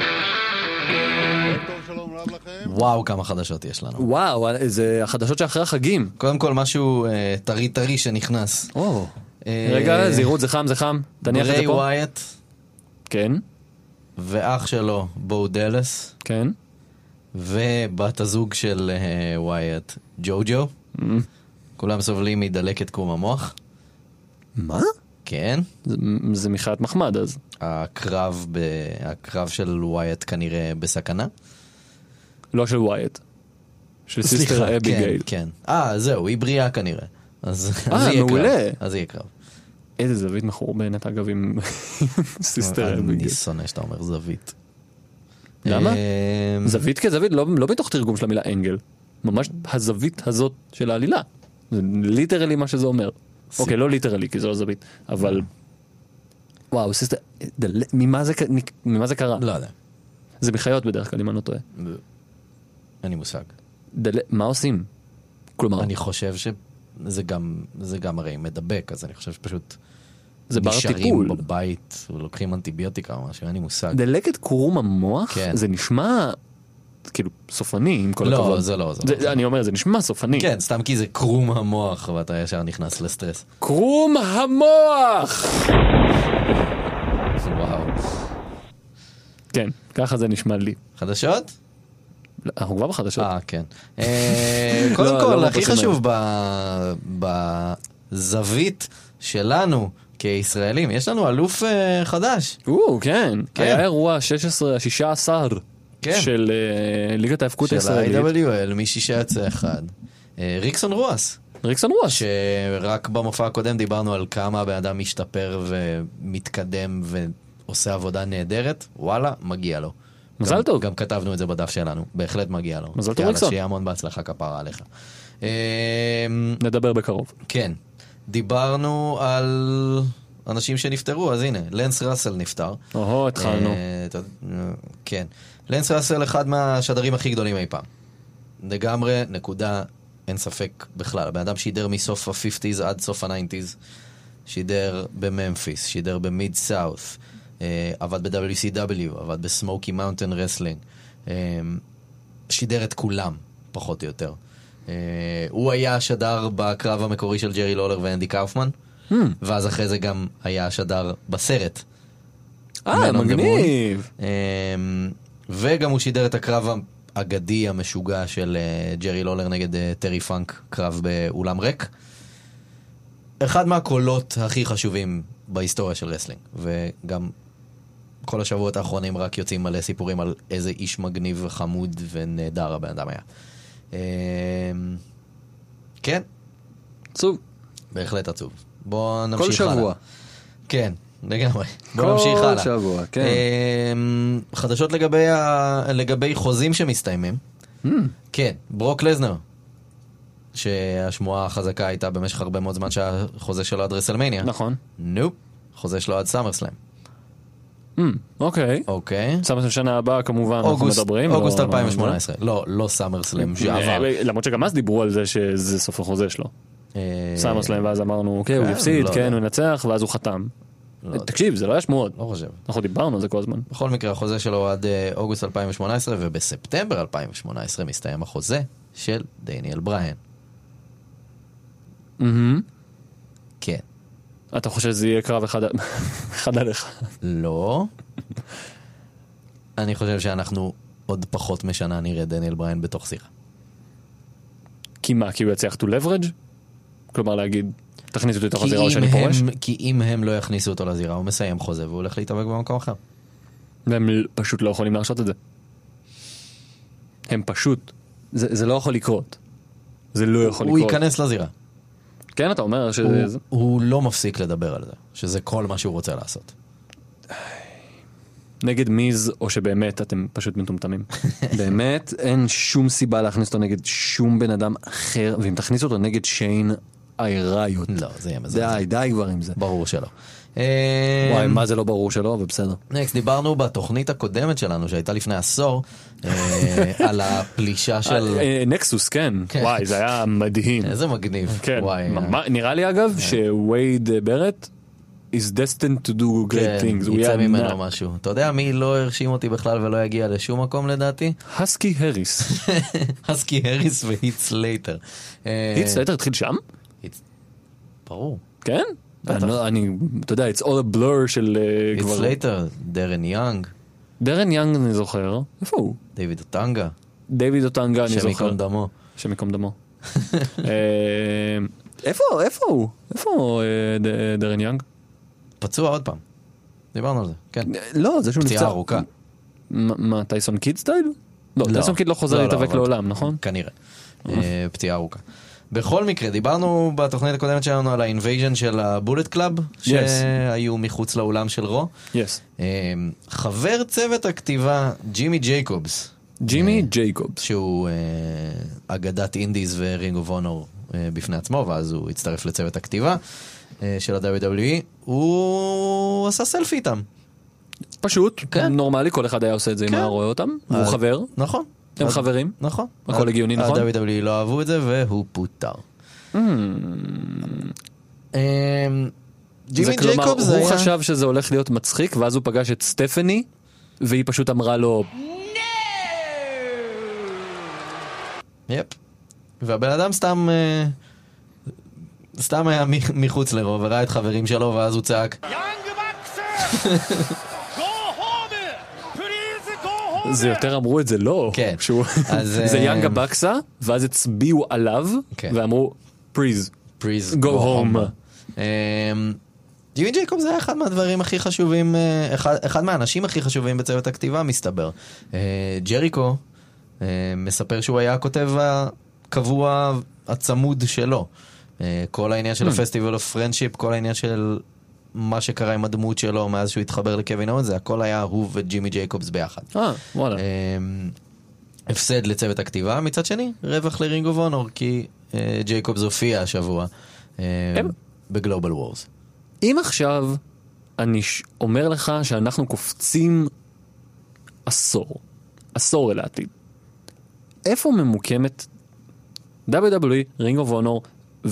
וואו, כמה חדשות יש לנו. וואו, זה החדשות שאחרי החגים. קודם כל משהו טרי טרי שנכנס. או. רגע, זהירות, זה חם, זה חם. תניח את זה פה. בריי ווייט. כן. ואח שלו, בו דלס. כן. ובת הזוג של ווייט, ג'ו-ג'ו. כולם סובלים מדלקת קרום המוח. מה? כן. זה מחיית מחמד אז. הקרב, ב... הקרב של ווייט כנראה בסכנה. לא של ווייט. של סיסטר אביגייל. כן, כן. אה, זהו, היא בריאה כנראה. אז אה, מעולה. אז יהיה קרב. איזה זווית מחורבנת אגב עם סיסטר אביגייל. אני שונא שאתה אומר זווית. למה? זווית כזווית, לא מתוך תרגום של המילה אנגל. ממש הזווית הזאת של העלילה. זה ליטרלי מה שזה אומר. אוקיי, לא ליטרלי, כי זה לא זווית. אבל... וואו, סיסטר... ממה זה קרה? לא יודע. זה מחיות בדרך כלל, אם אני לא טועה. אין לי מושג. דל... מה עושים? כלומר, אני חושב שזה גם, זה גם הרי מדבק, אז אני חושב שפשוט זה בר נשארים טיפול. בבית, ולוקחים אנטיביוטיקה או משהו, אין לי מושג. דלקת קרום המוח, כן. זה נשמע כאילו סופני עם כל לא, הכבוד. זה לא, זה זה, לא, זה אני אומר, זה נשמע סופני. כן, סתם כי זה קרום המוח, ואתה ישר נכנס לסטרס. קרום המוח! וואו. כן, ככה זה נשמע לי. חדשות? אנחנו כבר בחדשות. אה, כן. אה, קודם לא, כל, לא הכי בפסים חשוב ב- בזווית שלנו כישראלים, יש לנו אלוף אה, חדש. או, כן. כן. היה אירוע שש עשרה, שישה עשר כן. של אה, ליגת ההפקות של הישראלית. ה-איי דאבליו אל, משישה יוצא אחד. אה, ריקסון רואס. ריקסון רואס. שרק במופע הקודם דיברנו על כמה הבן אדם משתפר ומתקדם ועושה עבודה נהדרת, וואלה, מגיע לו. מזל גם, טוב. גם כתבנו את זה בדף שלנו, בהחלט מגיע לו. מזל טוב, יאללה, ריקסון. שיהיה המון בהצלחה כפרה עליך. אה, נדבר בקרוב. כן, דיברנו על אנשים שנפטרו, אז הנה, לנס ראסל נפטר. אוהו, התחלנו. אה, אתה- כן. לנס ראסל אחד מהשדרים הכי גדולים אי פעם. לגמרי, נקודה, אין ספק בכלל. הבן אדם שידר מסוף ה-חמישים עד סוף ה-תשעים, שידר בממפיס, שידר במיד סאות', אה, עבד ב-דאבליו סי דאבליו, עבד בסמוקי מאונטן רסלינג, אה, שידר את כולם, פחות או יותר. אה, הוא היה השדר בקרב המקורי של ג'רי לולר ואנדי קאופמן, Hmm. ואז אחרי זה גם היה השדר בסרט. אה, Man on the מגניב. Moon. אמ, וגם הוא שידר את הקרב האגדי המשוגע של אה, ג'רי לולר נגד אה, טרי פאנק, קרב באולם ריק. אחד מהקולות הכי חשובים בהיסטוריה של רסלינג, וגם כל השבועות האחרונים רק יוצאים מלא סיפורים על איזה איש מגניב וחמוד ונהדר הבן אדם היה. אמ, כן, עצוב. בהחלט עצוב. בואו נמשיך כל הלאה. שבוע. כן, לגמרי. בואו נמשיך הלאה. כל שבוע, כן. אמ, חדשות לגבי, ה... לגבי חוזים שמסתיימים. Hmm. כן, ברוק לזנר, שהשמועה החזקה הייתה במשך הרבה מאוד זמן שהחוזה שלו עד רסלמניה. נכון. נופ, חוזה שלו עד סאמרסלאם. Hmm, אוקיי. אוקיי. סמס לשנה הבאה כמובן אנחנו אוגוסט, מדברים. אוגוסט לא- אלפיים שמונה עשרה. לא, לא סאמרסלאם שעבר. אה, למרות שגם אז דיברו על זה שזה סוף החוזה שלו. אה, סאמרסלאם, ואז אמרנו, אוקיי, הוא כן, יפסיד, לא כן, יודע. הוא ינצח, ואז הוא חתם. לא יודע. תקשיב, זה לא היה שמועות. לא חושב. אנחנו דיברנו על זה כל הזמן. בכל מקרה, החוזה שלו עד אה, אוגוסט אלפיים שמונה עשרה, ובספטמבר אלפיים שמונה עשרה מסתיים החוזה של דניאל בריין. מהמם. כן. אתה חושב שזה יהיה קרב אחד אחד על אחד? לא. אני חושב שאנחנו עוד פחות משנה נראה דניאל בריין בתוך שיחה. כי מה, כי הוא יצליח to leverage? כלומר להגיד, תכניסו אותי לתוך כי הזירה או אם שאני פורש? הם- כי אם הם לא יכניסו אותו לזירה, הוא מסיים חוזה והוא הולך להתאבק במקום אחר. והם פשוט לא יכולים להרשות את זה. הם פשוט, זה, זה לא יכול לקרות. זה לא יכול הוא לקרות. ייכנס לזירה. כן, אתה אומר הוא- שזה... הוא לא מפסיק לדבר על זה, שזה כל מה שהוא רוצה לעשות. נגד מיז, או שבאמת אתם פשוט מטומטמים. באמת, אין שום סיבה להכניס אותו נגד שום בן אדם אחר, ואם תכניס אותו נגד שיין, אייראיות. לא, זה יהיה מזעזע. די, די כבר עם זה. ברור שלא. וואי, מה זה לא ברור שלא, אבל בסדר. נקסט, דיברנו בתוכנית הקודמת שלנו, שהייתה לפני עשור, אה, על הפלישה של... אה, נקסוס, כן. כן. וואי, זה היה מדהים. איזה מגניב. כן. וואי, מה- נראה לי אגב, שווייד ברט is destined to do great כן, things. הוא יצא יהיה ממנו ענק. משהו. אתה יודע מי לא הרשים אותי בכלל ולא יגיע לשום מקום לדעתי? הסקי הריס. הסקי הריס והיט סלייטר. אה, היט סלייטר התחיל שם? היט- ברור. כן? אני לא- אני, אתה יודע, it's all a blur של אה, היט כבר... סלייטר, דרן יאנג, דרן יאנג אני זוכר. איפה הוא? דיוויד אוטנגה, דיוויד אוטנגה אני שם זוכר. ייקום דמו. שם ייקום דמו. אה, איפה, איפה הוא? איפה אה, ד- דרן יאנג? פצוע עוד פעם. דיברנו על זה, כן. לא, זה שהוא נפצע. פציעה ארוכה. מה, מה, טייסון קיד סטייל? לא, לא. טייסון קיד לא חוזר לא, לא, להתאבק אבל- לעולם, נכון? כנראה. אה, פציעה ארוכה. בכל מקרה, דיברנו בתוכנית הקודמת שלנו על האינבייז'ן של הבולט קלאב, שהיו מחוץ לאולם של רו. יס. אה, חבר צוות הכתיבה, ג'ימי ג'ייקובס, ג'ימי ג'ייקובס. שהוא אה, אגדת אינדיז ורינג אוף אונור אה, בפני עצמו, ואז הוא הצטרף לצוות הכתיבה אה, של ה-דאבליו דאבליו אי, הוא עשה סלפי איתם. פשוט, כן. נורמלי, כל אחד היה עושה את זה אם כן. היה רואה אותם, והוא אה, חבר. נכון. הם חברים? נכון. הכל הגיוני, נכון? ה-דאבליו דאבליו אי לא אהבו את זה, והוא פוטר. ג'ימי ג'ייקובס הוא היה... חשב שזה הולך להיות מצחיק, ואז הוא פגש את סטפני, והיא פשוט אמרה לו... יפ. והבן אדם סתם... סתם היה מחוץ לרו, וראה את חברים שלו, ואז הוא צעק... זה יותר אמרו את זה לא. כן. זה יאנגה בקסה, ואז הצביעו עליו, ואמרו, פריז, פריז, go home. ג'ימי ג'ייקובס זה אחד מהדברים הכי חשובים, אחד, אחד מהאנשים הכי חשובים בצוות הכתיבה, מסתבר. ג'ריקו מספר שהוא היה הכותב הקבוע הצמוד שלו. כל העניין של הפסטיבל אוף פרנדשיפ, כל העניין של מה שקרה עם הדמות שלו מאז שהוא התחבר לקווין אורנס, זה הכל היה הוא וג'ימי ג'ייקובס ביחד. אה, וואלה. הפסד לצוות הכתיבה, מצד שני, רווח לרינג אוף אונור, כי ג'ייקובס הופיע השבוע בגלובל וורס. אם עכשיו אני אומר לך שאנחנו קופצים עשור, עשור אל העתיד, איפה ממוקמת דאבליו דאבליו אי, רינג אוף אונור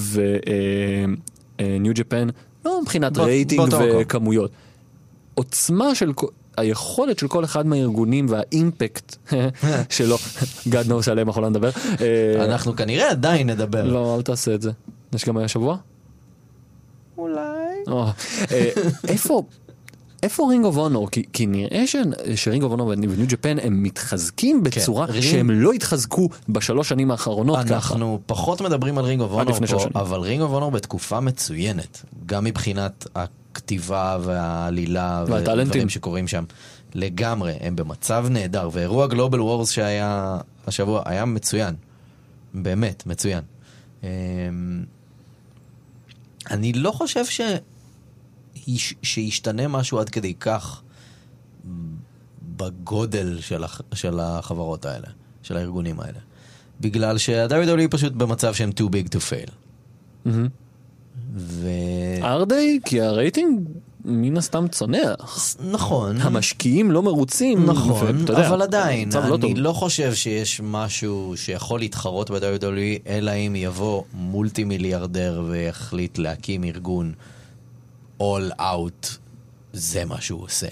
וניו ג'פן, לא מבחינת רייטינג וכמויות. עוצמה של, היכולת של כל אחד מהארגונים והאימפקט שלו, God knows שעליהם אנחנו לא נדבר. אנחנו כנראה עדיין נדבר. לא, אל תעשה את זה. יש גם היה שבוע? אולי. איפה... איפה רינג אוף אונור? כי נראה שרינג אוף אונור וניו ג'פן הם מתחזקים בצורה שהם לא התחזקו בשלוש שנים האחרונות ככה. אנחנו פחות מדברים על רינג אוף אונור פה, אבל רינג אוף אונור בתקופה מצוינת, גם מבחינת הכתיבה והעלילה ודברים שקורים שם. לגמרי, הם במצב נהדר, ואירוע גלובל וורס שהיה השבוע היה מצוין. באמת, מצוין. אני לא חושב ש... שישתנה משהו עד כדי כך בגודל של, הח... של החברות האלה, של הארגונים האלה. בגלל שה-דאבליו דאבליו אי פשוט במצב שהם too big to fail. Mm-hmm. ו... ארדי, כי הרייטינג מן הסתם צונח. נכון. המשקיעים לא מרוצים. נכון, ו... אבל עדיין, אני לא, לא חושב שיש משהו שיכול להתחרות ב-דאבליו דאבליו אי, אלא אם יבוא מולטי מיליארדר ויחליט להקים ארגון all out, זה מה שהוא עושה.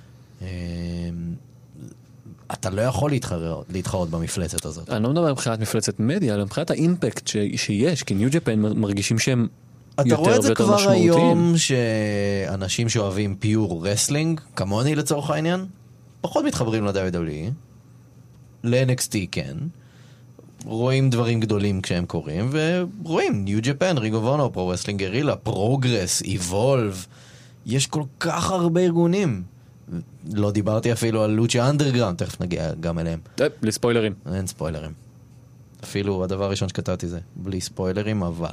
אתה לא יכול להתחרות, להתחרות במפלצת הזאת. אני לא מדבר מבחינת מפלצת מדיה, אלא מבחינת האימפקט ש, שיש, כי ניו ג'פן מרגישים שהם יותר ויותר משמעותיים. אתה רואה את זה כבר היום, שאנשים שאוהבים פיור רסלינג, כמוני לצורך העניין, פחות מתחברים ל-דאבליו דאבליו אי, ל-אן אקס טי כן, רואים דברים גדולים כשהם קורים, ורואים ניו ג'פן, רינג אוף אונור, פרו רסלינג גרילה, פרוגרס, איבולב, יש כל כך הרבה ארגונים. לא דיברתי אפילו על לוצ'ה אנדרגראונד, תכף נגיע גם אליהם. בלי ספוילרים. אין ספוילרים. אפילו הדבר הראשון שכתבתי זה, בלי ספוילרים, אבל.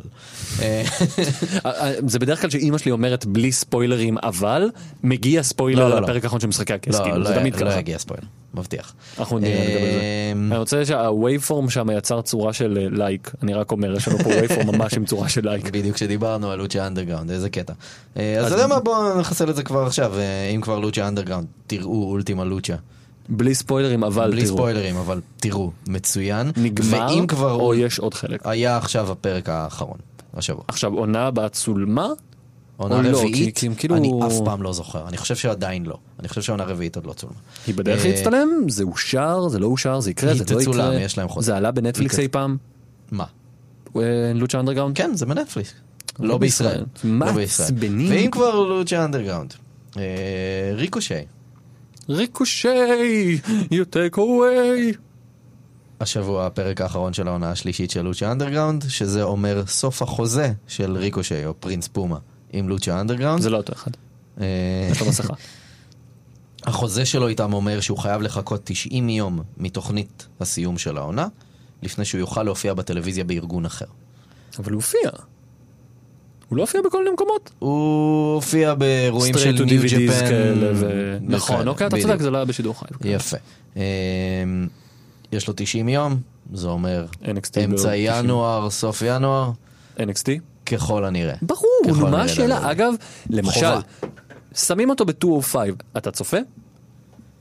זה בדרך כלל שאימא שלי אומרת בלי ספוילרים, אבל מגיע ספוילר לפרק האחרון של משחקי הכס. לא יגיע ספוילר, מבטיח. אנחנו נראה לגבי זה. אני רוצה שהווייפורם שם יצר צורה של לייק. אני רק אומר, יש לנו פה ווייפורם ממש עם צורה של לייק. בדיוק כשדיברנו על לוצ'ה אנדרגראונד, איזה קטע. אז אתה יודע מה, בואו נחסל את זה כבר עכשיו. אם כבר לוצ'ה אנדרגראונד, תראו אולטימה לוצ'ה. בלי ספוילרים, אבל בלי תראו. ספוילרים, אבל תראו, מצוין. נגמר, ואם כבר או יש עוד חלק? היה עכשיו הפרק האחרון, השבוע. עכשיו, עונה בצולמה? עונה רביעית? כי, כי כאילו... אני אף פעם לא זוכר. אני חושב שעדיין לא. אני חושב שעונה רביעית עוד לא צולמה. היא בדרך להצטלם? זה אושר? זה לא אושר? זה יקרה? זה לא יקרה? היא תצולם, יש להם חוזר. זה עלה בנטפליקס אי פעם? מה? לוצ'ה אנדרגראונד? כן, זה בנטפליקס. לא בישראל. מה עצבנים? ואם כבר לוצ'ה אנדרגראונד, ריקושי. ריקושי, you take away. השבוע הפרק האחרון של העונה השלישית של לוצ'ה אנדרגראונד, שזה אומר סוף החוזה של ריקושי או פרינס פומה עם לוצ'ה אנדרגראונד. זה לא אותו אחד. יש לו מסכה. החוזה שלו איתם אומר שהוא חייב לחכות תשעים יום מתוכנית הסיום של העונה, לפני שהוא יוכל להופיע בטלוויזיה בארגון אחר. אבל הוא הופיע. הוא לא הופיע בכל מיני מקומות. הוא הופיע באירועים של ניו ג'פן. נכון, אוקיי, אתה צודק, זה לא היה בשידור חי. יפה. יש לו תשעים יום, זה אומר אמצע ינואר, סוף ינואר. אן אקס טי? ככל הנראה. ברור, מה השאלה? אגב, למשל, שמים אותו ב-מאתיים חמש, אתה צופה?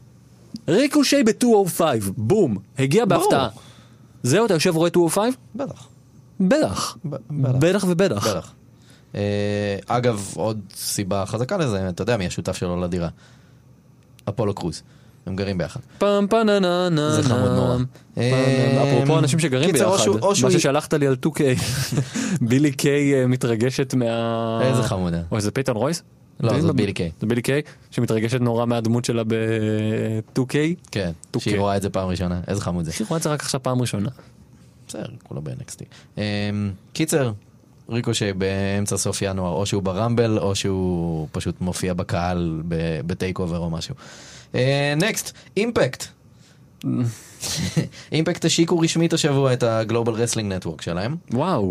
ריקושי ב-מאתיים וחמש, בום, הגיע בהפתעה. זהו, אתה יושב רואה מאתיים וחמש? בטח. בטח. בטח ובטח. בטח. אגב, עוד סיבה חזקה לזה, אתה יודע מי השותף שלו לדירה? אפולו קרוז. הם גרים ביחד. פם פנננה. זה חמוד נורא. אפרופו אנשים שגרים ביחד, מה ששלחת לי על טו קיי, בילי קיי מתרגשת מה... איזה חמודה. או זה פייטון רויס? לא, זה בילי קיי. זה בילי קיי, שמתרגשת נורא מהדמות שלה ב-טו קיי. כן, שהיא רואה את זה פעם ראשונה. איזה חמוד זה. שהיא רואה את זה רק עכשיו פעם ראשונה. בסדר, כולה ב-אן אקס טי. קיצר, ריקושי באמצע סוף ינואר, או שהוא ברמבל, או שהוא פשוט מופיע בקהל בטייק אובר או משהו. נקסט, אימפקט. אימפקט השיקו רשמית השבוע את הגלובל רסלינג נטוורק שלהם. וואו.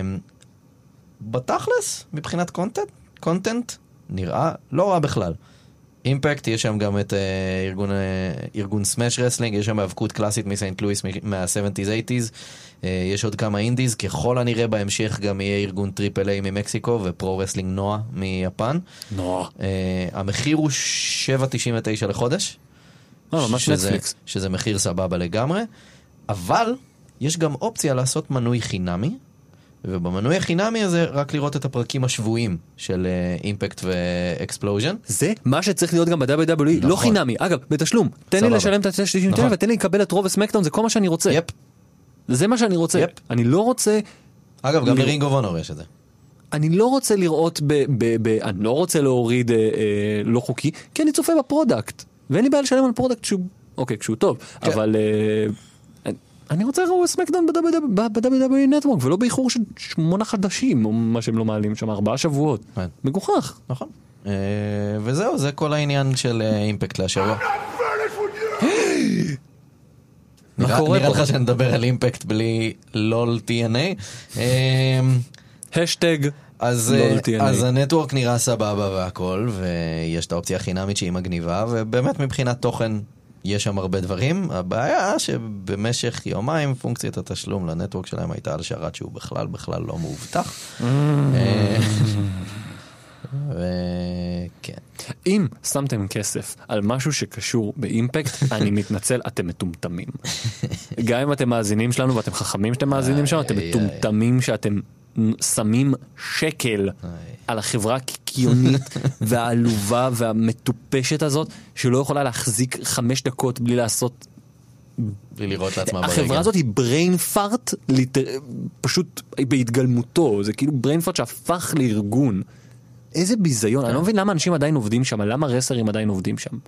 בתכלס, מבחינת קונטנט, קונטנט נראה לא רע בכלל. אימפקט, יש שם גם את ארגון, ארגון סמאש רסלינג, יש שם האבקות קלאסית מסיינט לואיס מה-שבעים, שמונים. יש עוד כמה אינדיז, ככל הנראה בהמשך גם יהיה ארגון טריפל איי ממקסיקו ופרו רסלינג נואה מיפן. נואה. המחיר הוא שבע תשעים ותשע לחודש. לא, ממש נטפליקס. שזה מחיר סבבה לגמרי, אבל יש גם אופציה לעשות מנוי חינמי, ובמנוי החינמי הזה רק לראות את הפרקים השבועיים של אימפקט ואקספלוז'ן. זה מה שצריך להיות גם ב-דאבליו דאבליו אי, לא חינמי. אגב, בתשלום, תן לי לשלם את ה-שלושים ותשע ותן לי לקבל את רוב הסמקדאון, זה כל מה שאני רוצה. יפ. זה מה שאני רוצה. יפ. אני לא רוצה... אגב, גם לרינג אוף אונור יש את זה. אני לא רוצה לראות ב... ב, ב אני לא רוצה להוריד אה, אה, לא חוקי, כי אני צופה בפרודקט. ואין לי בעיה לשלם על פרודקט שהוא... אוקיי, כשהוא טוב. כן. אבל... אה, אני רוצה לראות סמקדאון ב-דאבליו דאבליו אי נטוורק, ולא באיחור של שמונה חדשים, או מה שהם לא מעלים שם, ארבעה שבועות. מגוחך. נכון. וזהו, זה כל העניין של אימפקט להשבוע. מה קורה פה? נראה לך שנדבר על אימפקט בלי לול טי אן איי? השטג אז הנטוורק נראה סבבה והכל, ויש את האופציה החינמית שהיא מגניבה, ובאמת מבחינת תוכן יש שם הרבה דברים. הבעיה שבמשך יומיים פונקציית התשלום לנטוורק שלהם הייתה על שרת שהוא בכלל בכלל לא מאובטח. וכן. אם שמתם כסף על משהו שקשור באימפקט, אני מתנצל, אתם מטומטמים. גם אם אתם מאזינים שלנו ואתם חכמים שאתם מאזינים שלנו, אתם מטומטמים שאתם שמים שקל על החברה הקיקיונית והעלובה והמטופשת הזאת, שלא יכולה להחזיק חמש דקות בלי לעשות... בלי לראות לעצמה ברגע. החברה הזאת היא brain fart, פשוט בהתגלמותו, זה כאילו brain fart שהפך לארגון. איזה ביזיון, אני לא מבין למה אנשים עדיין עובדים שם, למה רסלרים עדיין עובדים שם.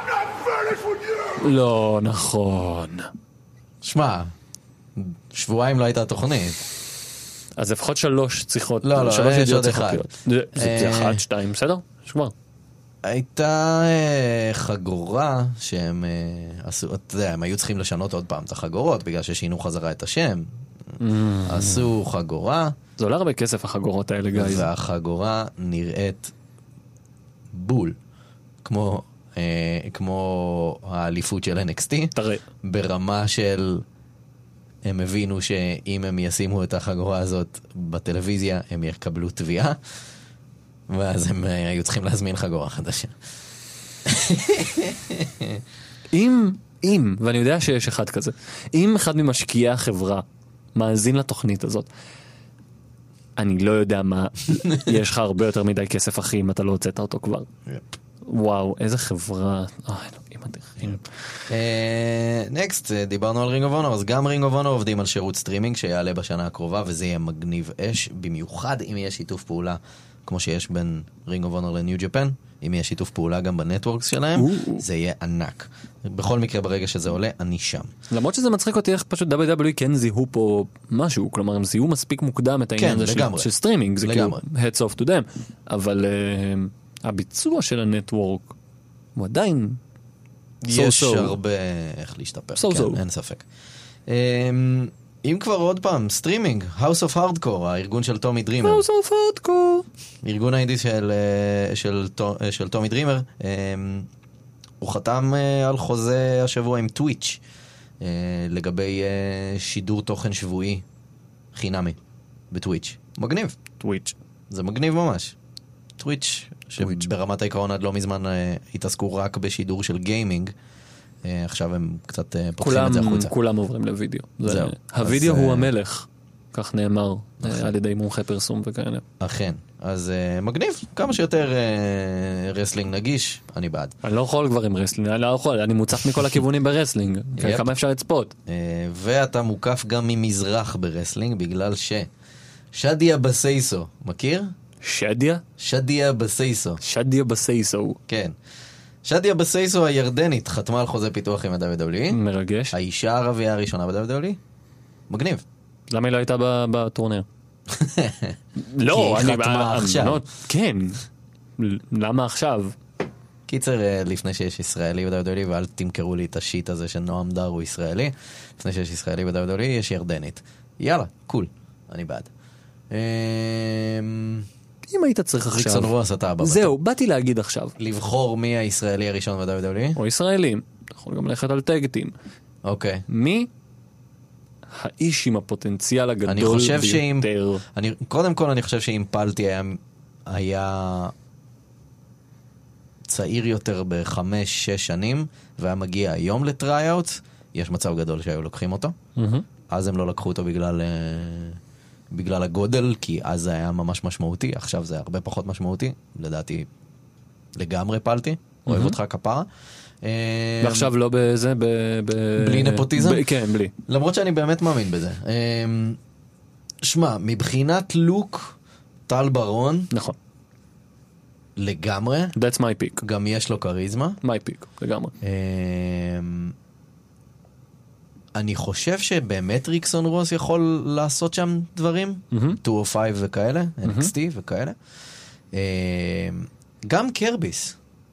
לא, נכון. שמע, שבועיים לא הייתה תוכנית. אז לפחות שלוש צריכות, לא, לא, שלוש יש ידיעות עוד צריכות אחד. להיות. זה אחד, שתיים, בסדר? שכבר. הייתה חגורה שהם עשו, אתה יודע, הם היו צריכים לשנות עוד פעם את החגורות, בגלל ששינו חזרה את השם. עשו חגורה. זה עולה הרבה כסף החגורות האלה, גיא. והחגורה נראית בול. כמו, אה, כמו האליפות של אן אקס טי. תראה. ברמה של... הם הבינו שאם הם ישימו את החגורה הזאת בטלוויזיה, הם יקבלו תביעה. ואז הם היו צריכים להזמין חגורה חדשה. אם, אם, ואני יודע שיש אחד כזה, אם אחד ממשקיעי החברה מאזין לתוכנית הזאת, אני לא יודע מה, יש לך הרבה יותר מדי כסף אחי אם אתה לא הוצאת אותו כבר. וואו, איזה חברה. אוי, אלוהים אדירים. נקסט, דיברנו על רינג אוף אונור, אז גם רינג אוף אונור עובדים על שירות סטרימינג שיעלה בשנה הקרובה, וזה יהיה מגניב אש, במיוחד אם יהיה שיתוף פעולה, כמו שיש בין רינג אוף אונור לניו ג'פן, אם יהיה שיתוף פעולה גם בנטוורקס שלהם, זה יהיה ענק. בכל מקרה, ברגע שזה עולה, אני שם. למרות שזה מצחיק אותי איך פשוט דאבליו דאבליו אי כן זיהו פה משהו, כלומר הם זיהו מספיק מוקדם את העניין הזה של סטרימינג, זה כאילו heads off to them, אבל הביצוע של הנטוורק הוא עדיין יש הרבה איך להשתפר, אין ספק. אם כבר עוד פעם, סטרימינג, House of Hardcore, הארגון של טומי דרימר. House of Hardcore. ארגון האינדי של, של, של טומי דרימר. הוא חתם על חוזה השבוע עם טוויץ' לגבי שידור תוכן שבועי חינמי בטוויץ'. מגניב. טוויץ'. זה מגניב ממש. טוויץ', שברמת העיקרון עד לא מזמן התעסקו רק בשידור של גיימינג. עכשיו הם קצת פותחים את זה החוצה. כולם עוברים לוידאו. זהו. הוידאו אז, הוא המלך, כך נאמר על ידי מומחי פרסום וכאלה. אכן. אז מגניב, כמה שיותר רסלינג נגיש, אני בעד. אני לא יכול כבר עם רסלינג, אני לא יכול, אני מוצף מכל הכיוונים ברסלינג. כמה אפשר לצפות? ואתה מוקף גם ממזרח ברסלינג, בגלל ש... שדיה בסייסו, מכיר? שדיה? שדיה בסייסו. שדיה בסייסו. כן. שדיה בסייסו הירדנית חתמה על חוזה פיתוח עם ה-דאבליו דאבליו אי. מרגש. האישה הערבייה הראשונה ב-דאבליו דאבליו אי. מגניב. למה היא לא הייתה בטורניר? לא, כי היא אני... חתמה עכשיו. כן. למה עכשיו? קיצר, לפני שיש ישראלי ב-דאבליו דאבליו אי, ואל תמכרו לי את השיט הזה שנועם דר הוא ישראלי, לפני שיש ישראלי ב-דאבליו דאבליו אי, יש ירדנית. יאללה, קול. אני בעד. אם היית צריך עכשיו... ריקסון רוס, אתה הבא. זהו, באתי להגיד עכשיו. לבחור מי הישראלי הראשון ב-דאבליו דאבליו אי? או ישראלים. אתה יכול גם ללכת על טאגטים. אוקיי. מי האיש עם הפוטנציאל הגדול אני חושב שאם... ביותר? אני, קודם כל אני חושב שאם פלטי היה, היה צעיר יותר בחמש, שש שנים, והיה מגיע היום לטרייאוט, יש מצב גדול שהיו לוקחים אותו. Mm-hmm. אז הם לא לקחו אותו בגלל... בגלל הגודל, כי אז זה היה ממש משמעותי, עכשיו זה הרבה פחות משמעותי, לדעתי לגמרי פלטי, אוהב אותך כפרה. ועכשיו לא בזה, בלי נפוטיזם? כן, בלי. למרות שאני באמת מאמין בזה. שמע, מבחינת לוק, טל ברון, נכון. לגמרי. That's my pick. גם יש לו קריזמה. my pick, לגמרי. אני חושב שבאמת ריקסון רוס יכול לעשות שם דברים, מאתיים או חמש וכאלה, אן אקס טי וכאלה. גם קרביס.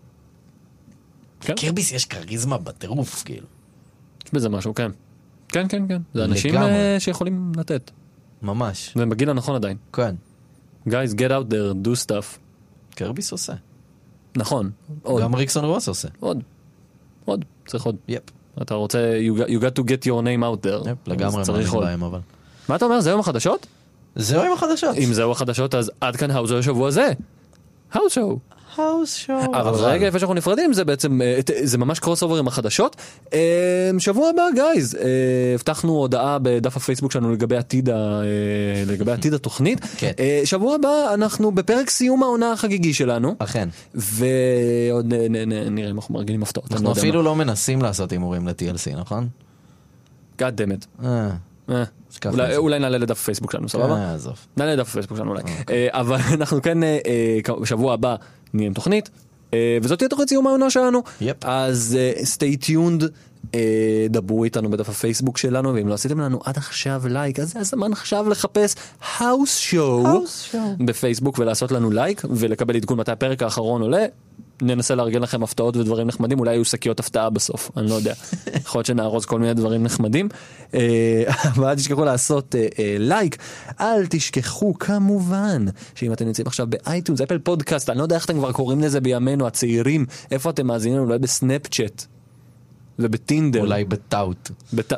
קרביס יש קריזמה בטירוף, כאילו. יש בזה משהו, כן. כן, כן, כן. זה אנשים שיכולים לתת. ממש. והם בגיל הנכון עדיין. כן. Guys, get out there, do stuff. קרביס עושה. נכון. גם ריקסון רוס עושה. עוד. עוד. צריך עוד. יפ. אתה רוצה, you got, you got to get your name out there. יפ, לגמרי מאמין בהם, אבל. מה אתה אומר? זהו עם החדשות? זהו עם החדשות. אם זהו החדשות, אז עד כאן האוס שואו השבוע הזה. האוס שואו. האוס שואו. אבל רגע, איפה שאנחנו נפרדים, זה בעצם, זה ממש קרוס אובר עם החדשות. שבוע הבא, גייז, הבטחנו הודעה בדף הפייסבוק שלנו לגבי עתיד, לגבי עתיד התוכנית. שבוע הבא, אנחנו בפרק סיום העונה החגיגי שלנו. אכן. ועוד נראה אם אנחנו מרגילים הפתעות. אנחנו אפילו לא מנסים לעשות הימורים ל-טי אל סי, נכון? God damn it. אה. אולי נעלה לדף הפייסבוק שלנו, סבבה? נעלה לדף הפייסבוק שלנו אולי. אבל אנחנו כן, בשבוע הבא נהיה עם תוכנית, וזאת תהיה תוכנית סיום העונה שלנו. אז stay tuned, דברו איתנו בדף הפייסבוק שלנו, ואם לא עשיתם לנו עד עכשיו לייק, אז זה הזמן עכשיו לחפש האוס שואו בפייסבוק ולעשות לנו לייק, ולקבל עדכון מתי הפרק האחרון עולה. ננסה לארגן לכם הפתעות ודברים נחמדים, אולי יהיו שקיות הפתעה בסוף, אני לא יודע. יכול להיות שנארוז כל מיני דברים נחמדים. אבל אל תשכחו לעשות לייק, אל תשכחו כמובן, שאם אתם נמצאים עכשיו באייטונס, אפל פודקאסט, אני לא יודע איך אתם כבר קוראים לזה בימינו, הצעירים, איפה אתם מאזינים? אולי בסנאפצ'אט, ובטינדר. אולי בטאוט.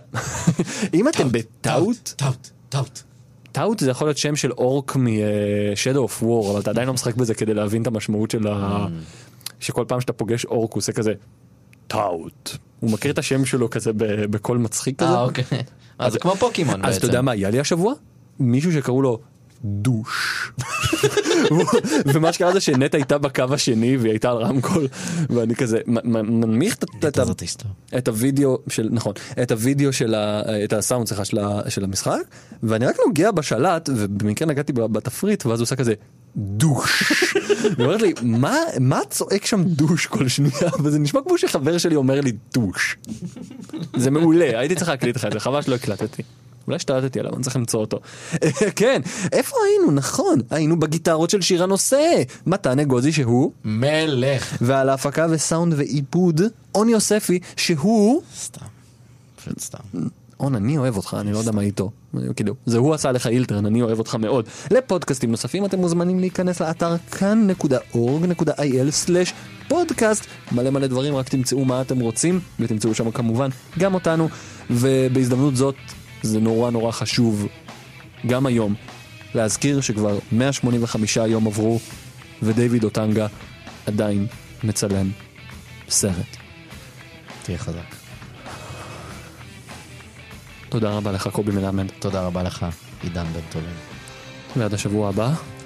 אם אתם בטאוט, טאוט, טאוט. טאוט זה יכול להיות שם של אורק מ-Shadow of War, אבל אתה עדיין לא משחק בזה כדי להבין את המשמעות של ה... שכל פעם שאתה פוגש אורק הוא עושה כזה טאוט. הוא מכיר את השם שלו כזה בקול מצחיק כזה. אה, אוקיי. אז זה כמו פוקימון בעצם. אז אתה יודע מה היה לי השבוע? מישהו שקראו לו דוש. ומה שקרה זה שנט הייתה בקו השני והיא הייתה על רמקול, ואני כזה מנמיך את הוידאו של, נכון, את הוידאו של את הסאונד שלך של המשחק, ואני רק נוגע בשלט, ובמקרה נגעתי בתפריט, ואז הוא עושה כזה דוש. ואומרת לי, מה צועק שם דוש כל שנייה? וזה נשמע כמו שחבר שלי אומר לי דוש. זה מעולה, הייתי צריך להקליט לך את זה, חבל שלא הקלטתי. אולי שתלטתי עליו, אני צריך למצוא אותו. כן, איפה היינו? נכון, היינו בגיטרות של שיר הנושא, מתן אגוזי שהוא מלך, ועל ההפקה וסאונד ועיבוד און יוספי שהוא סתם, פשוט סתם. און, אני אוהב אותך, אני לא יודע מה איתו. כאילו, זה הוא עשה לך אילטרן, אני אוהב אותך מאוד. לפודקאסטים נוספים אתם מוזמנים להיכנס לאתר כאן נקודה אורג נקודה איי אל סלש פודקאסט. מלא מלא דברים, רק תמצאו מה אתם רוצים, ותמצאו שם כמובן גם אותנו, ובהזדמנות זאת זה נורא נורא חשוב גם היום להזכיר שכבר מאה שמונים וחמישה יום עברו ודייוויד אוטנגה עדיין מצלם סרט. תהיה חזק. תודה רבה לך קובי מלמד. תודה רבה לך, עידן בן טובים. ועד השבוע הבא.